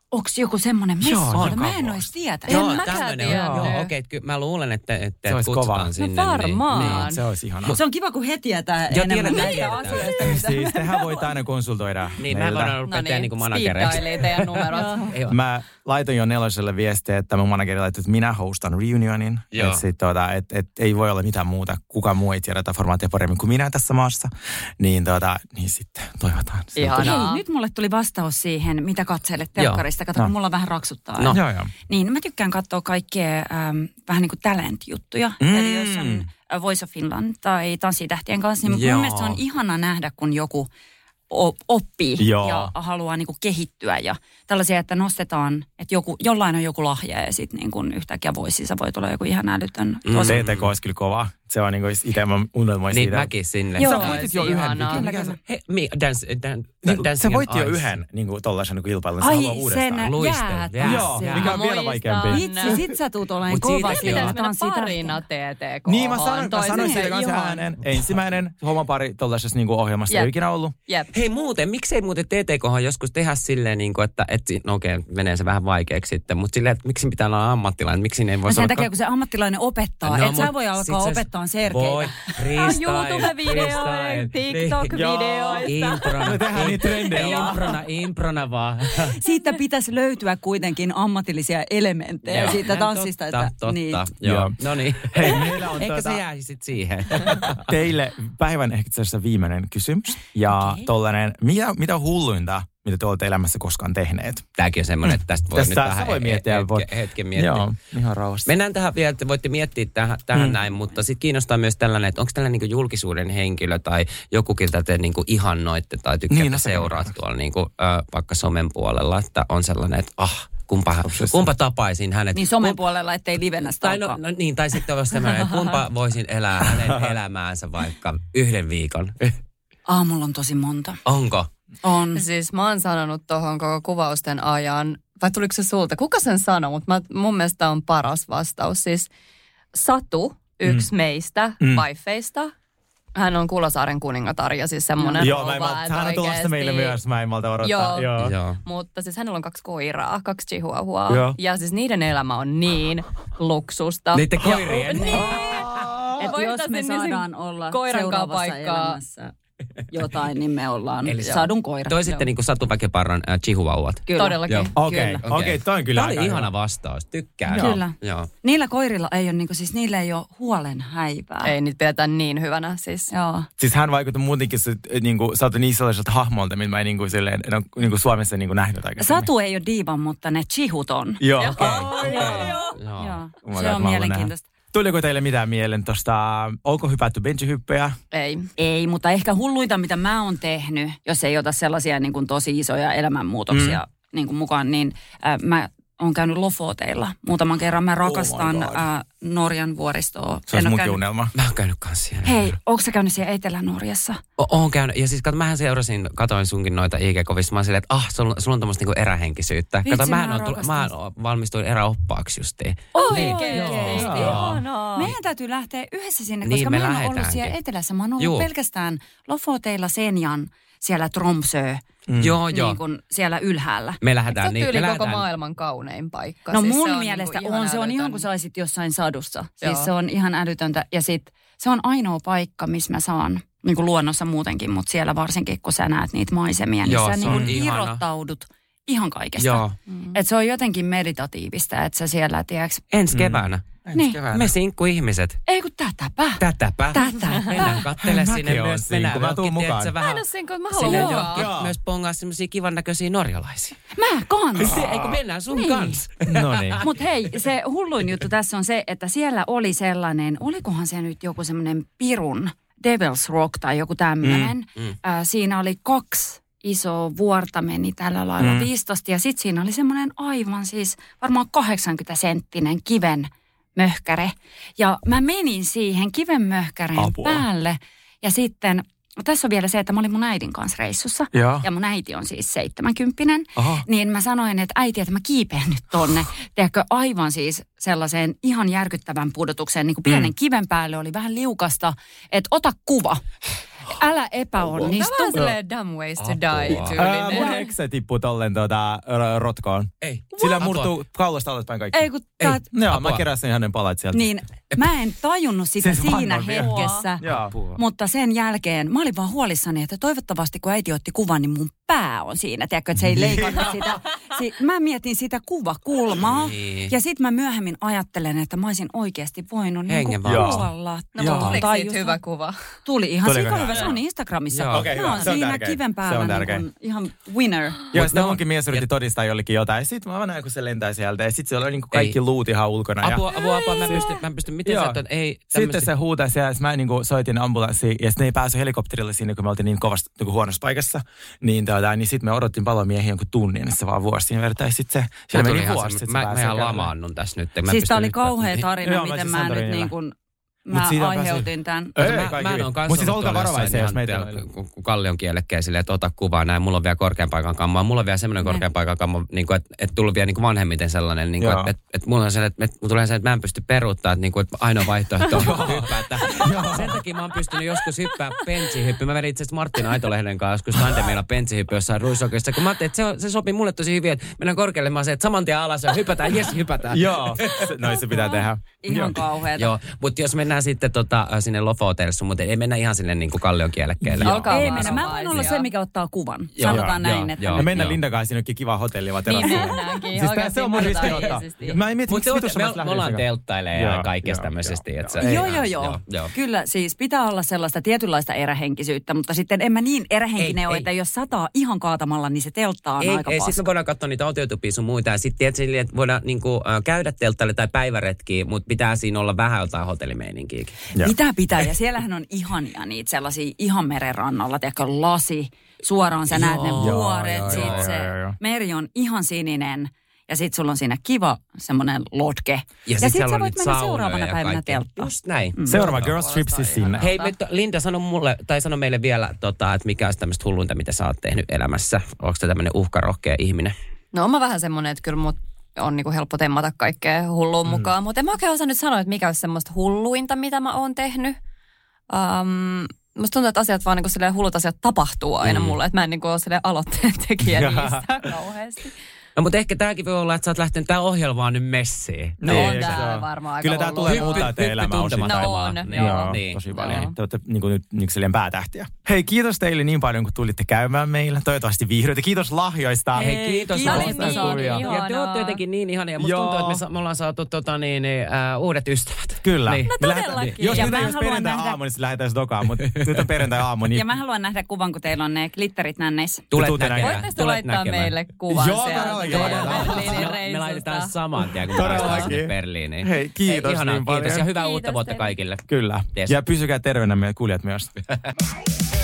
Onks joku semmoinen messu? Joo, Mä en joka olisi tietänyt. En Joo, mäkään tämmönen tiedä. on. Joo, okei, okay, mä luulen, että, että Se olisi kutsutaan kova. sinne. No varmaan. Niin, niin. Se olisi ihanaa. Se on kiva, kun he tietää Joo, enemmän tiedän, näistä tiedetään. asioista. Siis tehän voit aina konsultoida Niin, mä meiltä. voin rupea tehdä niinku managereiksi. No niin, speeddailii teidän numerot. Ei oo. Mä laitoin jo neloselle viestiä, että mun manageri laittoi, että minä hostan reunionin. Joo. Että sit, tuota, et, et, ei voi olla mitään muuta. Kukaan muu ei tiedä tätä formaattia paremmin kuin minä tässä maassa. Niin, tuota, niin sitten toivotaan. Se on Ihanaa. Hei, nyt mulle tuli vastaus siihen, mitä katselet telkkarista. Kato, No. kun mulla vähän raksuttaa. No. Joo, joo. Niin, mä tykkään katsoa kaikkea ähm, vähän niin kuin talent-juttuja. Mm. Eli jos on äh, Voice of Finland tai Tanssitähtien kanssa, niin Joo. mun mielestä se on ihana nähdä, kun joku o- oppii Joo. ja haluaa niin kuin kehittyä. Ja tällaisia, että nostetaan, että joku, jollain on joku lahja ja sitten niin kuin yhtäkkiä Voiceissa voi tulla joku ihan älytön. Mm. Tosi- T T K olisi kyllä kova. Se on niinku itse mä unelmoin Niin siitä. mäkin sinne. Joo. Sä Se voitit olisi jo yhden. ihanaa. Mikä- Kyllä, mikä kyllä. se- Hei, mi, dance, dan, Niin, dancing se voitti jo on Ice. yhden niin tollaisen niin kilpailun. Se Ai, haluaa uudestaan. sen Luiste, jäät. jää. Joo, Jää. mikä on vielä Muistan. vaikeampi. Vitsi, sit sä tuut olemaan Mut kova siitä Meidän siinä pitäisi mennä tanssitähtien. parina T T K. Niin, mä sanoin, mä sanoin siitä kanssa Ihan- ääneen. Ensimmäinen homopari tuollaisessa niinku ohjelmassa ei Jep. ole ikinä ollut. Jep. Hei muuten, miksei muuten T T K:han joskus tehdä silleen, niin kuin, että et, no okei, menee se vähän vaikeaksi sitten, mutta silleen, että miksi pitää olla ammattilainen, miksi ne ei No voisi sen olla... takia, kun se ammattilainen opettaa. No, Et sä mut voi sit alkaa se- opettaa serkeitä. Voi, freestyle, YouTube-videoita, freestyle. TikTok-videoita. Improna. Me tehdään niitä trendejä vaan. Improna, improna vaan. Siitä pitäisi löytyä kuitenkin ammatillisia elementtejä Joo. siitä tanssista. Totta, että, totta. Niin. Joo. Joo. No niin. Hei, meillä on Ehkä tuota- se jäisi sitten siihen. Teille päivän ehkä itse asiassa viimeinen kysymys. Ja Okei. tollainen, mitä, mitä on hulluinta, mitä te olette elämässä koskaan tehneet? Tämäkin on semmoinen, että tästä voi Tästä nyt sä vähän voi miettiä, hetken, voi- hetken miettiä. Joo, ihan rauhassa. Mennään tähän vielä, että voitte miettiä tähän, tähän Mm. näin, mutta sitten kiinnostaa myös tällainen, että onko tällainen niin julkisuuden henkilö tai joku, kiltä te niin ihannoitte tai tykkäätte Niin, no se seuraat tuolla niin kuin, äh, vaikka somen puolella, että on sellainen, että ah, kumpa, kumpa tapaisin hänet. Niin somen Kumpa- puolella, ettei livenä tai, no, no, niin, tai sitten olisi sellainen, että kumpa voisin elää hänen elämäänsä vaikka yhden viikon. Aamulla on tosi monta. Onko? On. Siis mä oon sanonut tohon koko kuvausten ajan, vai tuliko se sulta? Kuka sen sanoi, mutta mä, mun mielestä on paras vastaus. Siis Satu, yksi mm. meistä, Mm. Paifeista. Hän on Kulosaaren kuningatar ja siis semmoinen Joo, mä en rouva, malta, että hän on tulossa oikeesti- meille myös, mä en malta odottaa. Joo. Joo. Joo. Mutta siis hänellä on kaksi koiraa, kaksi chihuahuaa. Joo. Ja siis niiden elämä on niin luksusta. Niiden koirien? Niin. Et Voitaisiin jos me niin sen saadaan olla koiran seuraavassa paikkaa. elämässä jotain, niin me ollaan Eli sadun koira. Toisitte niin kuin Satu Väkiparran äh, chihuahuat. Kyllä. Todellakin. Joo. Okei, Kyllä. okei, okay, toi on kyllä Tämä oli aika ihana hyvä. vastaus, tykkään. Kyllä. Joo. Niillä koirilla ei ole, niin kuin, siis niillä ei ole huolen häivää. Ei niitä pidetään niin hyvänä siis. Joo. Siis hän vaikuttaa muutenkin, se, niin kuin, sä oot niin sellaiselta hahmolta, mitä mä en niin kuin, silleen, en ole, niin kuin Suomessa niin kuin nähnyt aikaisemmin. Satu ei ole diiva, mutta ne chihut on. Joo, okei. Okay. Joo. Joo. Oh my Se God, on mä haluan mielenkiintoista. Tuliko teille mitään mieleen tuosta, onko hypätty benchihyppejä? Ei. Ei, mutta ehkä hulluita, mitä mä oon tehnyt, jos ei ota sellaisia niin kuin tosi isoja elämänmuutoksia mm. niin kuin mukaan, niin äh, mä oon käynyt Lofoteilla muutaman kerran. Mä rakastan Oh my God. äh, Norjan vuoristoa. Se En olisi oo munkin käynyt- unelma. Mä oon käynyt kanssa siellä. Hei, ootko sä käynyt siellä Etelä-Norjassa? O- oon käynyt. Ja siis kato, mähän seurasin, katoin sunkin noita I G-kovissa. Mä oon silleen, että ah, sulla, sulla on tämmöistä niinku erähenkisyyttä. Vitsi, Kato, mähän mä on tullut, rakastan mä sitä. oon- valmistuin eräoppaaksi justiin. Oikeesti? Ihanaa. Meidän täytyy lähteä yhdessä sinne, Niin, koska me mä en ole ollut lähdetäänkin. siellä etelässä. Mä oon ollut Juu. pelkästään Lofoteilla, Senjan, siellä Tromsø, Mm. Joo, joo. niin kuin siellä ylhäällä. Me Se lähdetään on niin. tyyli Me koko lähdetään. maailman kaunein paikka. No siis mun se on mielestä niinku on, se on älytön. ihan kuin saisit jossain sadussa. Joo. Siis se on ihan älytöntä. Ja sit se on ainoa paikka, missä mä saan, niin kuin luonnossa muutenkin, mutta siellä varsinkin, kun sä näet niitä maisemia, niin Joo, sä se niin on kuin ihana. irrottaudut ihan kaikesta. Joo. Että se on jotenkin meditatiivista, että sä siellä, tiedätkö, Ensi keväänä. niin. Me sinkkuihmiset. Ei kun tätäpä. Tätäpä. Tätä. Mennään kattele Mäkin sinne oon myös. sinkku, mä tuun johonkin, mukaan. tiedätkö, Mä vähän en ole sinko, mä sinne haluan johonkin mukaan. myös pongaa semmosia kivan näköisiä norjalaisia. Mä kans. Eikö mennään sun Niin. kanssa? No niin. Mutta hei, se hulluin juttu tässä on se, että siellä oli sellainen, olikohan se nyt joku semmoinen pirun Devil's Rock tai joku tämmöinen. Mm, mm. Äh, siinä oli kaksi isoa vuorta meni tällä lailla Mm. viistosti ja sitten siinä oli semmoinen aivan siis varmaan kahdeksankymmentä senttinen kiven möhkäre. Ja mä menin siihen kiven möhkäreen Apua. päälle ja sitten, tässä on vielä se, että mä olin mun äidin kanssa reissussa. Joo. Ja mun äiti on siis seitsemänkymppinen. Aha. Niin mä sanoin, että äiti, että mä kiipeen nyt tonne. Tiedätkö, aivan siis sellaiseen ihan järkyttävän pudotukseen, niin kuin pienen Mm. kiven päälle oli vähän liukasta, että ota kuva. Älä epäonnistu. Tämä on silleen dumb ways to die Apua. tyylinen. Ää, mun ekse tippuu tolleen tota, r- rotkoon. Ei. Sillä Apua. murtuu kaulasta alaspäin kaikki. Ei kun tää, Joo, Apua. mä keräsin hänen palat sieltä. niin mä en tajunnut sitä Siis siinä vannon vielä. hetkessä. Joo. Mutta sen jälkeen mä olin vaan huolissani, että toivottavasti kun äiti otti kuvan, niin mun pää on siinä. Tiedätkö, että se ei leikannut sitä. Si- mä mietin sitä kuvakulmaa. Niin. Ja sit mä myöhemmin ajattelen, että mä olisin oikeasti voinut niin Hengen kuin valossa. kuolla. No Joo. mutta tuliko Tai siitä just- hyvä kuva? Tuli ihan Tuliko sika hyvä? hyvä. Se on Instagramissa. Joo. Okei, Mä hyvä. oon Se on siinä tärkein. kiven Se päällä on niin tärkein. kuin ihan winner. Joo, Mut sitten ne on- munkin mies yritti todistaa jollekin jotain. Ja sit mä näin, kun se lentää sieltä. Ja sit siellä oli niinku kaikki Ei. luut ihan ulkona. Ja Apua, apua, apua. Mä en pysty, mä en pysty. Miten Joo. sä, että ei sitten tämmöstä... se huutasi ja mä niinku soitin ambulanssiin. Ja sitten ne ei päässyt helikopterille sinne, kun me oltiin niin kovasti niinku huonossa paikassa. Niin, tuota, niin sitten me odottiin palomiehiä jonkun tunnin, niin se vaan vuosi siinä verta. Ja sitten se, siellä Tuli meni ihan vuosi. se- sit se Mä, mä pääsi ihan käymään. lamaannun tässä nyt. Mä en Siis pysty tää oli yhtään- kauhea tarina, Joo, mä miten siis mä nyt Santorinilla. niin kuin, Mut mä siitä aiheutin tämän. Ei, Mä, kaikki mä en hyvin. ole kanssa Mut siis ollut olkaa tuolla varovaisia, jossain jos meitä ihan on. teillä, kun- kun kallion kielekkeä silleen, että ota kuvaa näin. Mulla on vielä korkean paikan kammaa. Mulla on vielä semmoinen Ne. korkean paikan kammo, niin että et tullut vielä niin vanhemmiten sellainen, niin Joo. että et, et mulla on sellainen, että et, mulla tulee se, että mä en pysty peruuttaa, että, niin kuin, että ainoa vaihtoehto on hyppätä. Sen takia mä oon pystynyt joskus hyppää pentsihyppy. Mä vedin itse asiassa Martin Aitolehden kanssa joskus Tandemilla pentsihyppy jossain ruisokissa. Kun mä ajattelin, että se, on- se sopii mulle tosi hyvin, että mennään korkealle. Mä oon se, että saman tien alas ja hypätään, jes hypätään. Joo, se- noin se pitää tehdä. Ihan kauheeta. Joo, mutta jos mennään sitten tota, sinne Lofotelissa, mutta ei mennä ihan sinne niin kuin kallion kielekkeelle. Olkaa Ei vaan mennä. Mä voin olla varovaisia. se, mikä ottaa kuvan. Joo, Sanotaan joo, näin, että joo. Ja mennään Joo. Lindan kanssa sinnekin kiva hotelli vaan Niin terassille. mennäänkin. Siis tää, Oikeasti se on mun murtaa riskinotto. eettisesti. Mä en mieti, Mutta miksi vitus me, mä me, me ollaan lähdin telttailemaan Joo, ja kaikesta joo, tämmöisesti. joo, että se- Joo, joo, joo, joo, joo. Kyllä, siis pitää olla sellaista tietynlaista erähenkisyyttä, mutta sitten en mä niin erähenkinen Ei, ole, ei. että jos sataa ihan kaatamalla, niin se teltta on Ei, aika ei paska. sitten me voidaan katsoa niitä autiotupia sun muita. Ja sitten tietysti, että voidaan niinku, äh, käydä telttaille tai päiväretkiä, mutta pitää siinä olla vähän jotain hotellimeininkiäkin. Joo. Pitää pitää, ja siellähän on ihania niitä sellaisia ihan meren rannalla, tiedätkö, lasi, suoraan sä näet ne Joo, vuoret, joo, sit joo, se joo, joo. meri on ihan sininen, ja sit sulla on siinä kiva semmonen lotke. Ja, sit sit siellä sä on voit niitä mennä saunoja seuraavana ja päivänä kaikkea. telttaan. Just näin. Seuraava Girls Trip siis sinne. Hei, nyt, Linda, sano mulle, tai sano meille vielä, tota, että mikä olisi tämmöistä hulluinta, mitä sä oot tehnyt elämässä. Onko se tämmöinen uhkarohkea ihminen? No on mä vähän semmonen, että kyllä mut on niinku helppo temmata kaikkea hulluun mukaan. Mutta en mä oikein osaa nyt sanoa, että mikä olisi semmoista hulluinta, mitä mä oon tehnyt. Um, musta tuntuu, että asiat vaan niinku silleen hullut asiat tapahtuu aina Mm. mulle. Että mä en niinku ole silleen aloitteen tekijä niistä kauheasti. No mutta ehkä tämäkin voi olla, että sä oot lähtenyt tähän ohjelmaan nyt messiin. No Niin, on eikö se tää ole? varmaan aika Kyllä tää hullu. tulee Joo. muuttaa teidän elämää tuntemattomaan. No on, Niin, joo. niin. tosi Joo. paljon. Te olette niin kuin nyt niin silleen päätähtiä. Hei, kiitos teille niin paljon, kun tulitte käymään meillä. Toivottavasti viihdytte. Kiitos lahjoista. Hei, kiitos. kiitos. Kiitos. Me saatiin Ja te ihanaa. olette jotenkin niin ihania. Musta Joo. tuntuu, että me, sa- me ollaan saatu tota, niin, niin, äh, uudet ystävät. Kyllä. Niin. Me lähdetään- todellakin. Jos Ja nyt mä ei olisi haluan perjantai nähdä- aamu, niin sitten lähdetään dokaan, mutta nyt on perjantai aamu. Niin Ja mä haluan nähdä kuvan, kun teillä on ne glitterit nänneissä. Tulet tuutte näkemään. Voitteko te Tulet laittaa näkemään. meille kuvan Joo, sieltä todellakin. teidän Todellakin. Berliinin Me, me reissusta? laitetaan saman tien, kun Todellakin. päästään sinne Berliiniin. Hei, kiitos ihanaa, niin paljon. Kiitos ja hyvää Kiitos uutta vuotta teille. kaikille. Kyllä. Yes. Ja pysykää terveenä meidät kuulijat myös.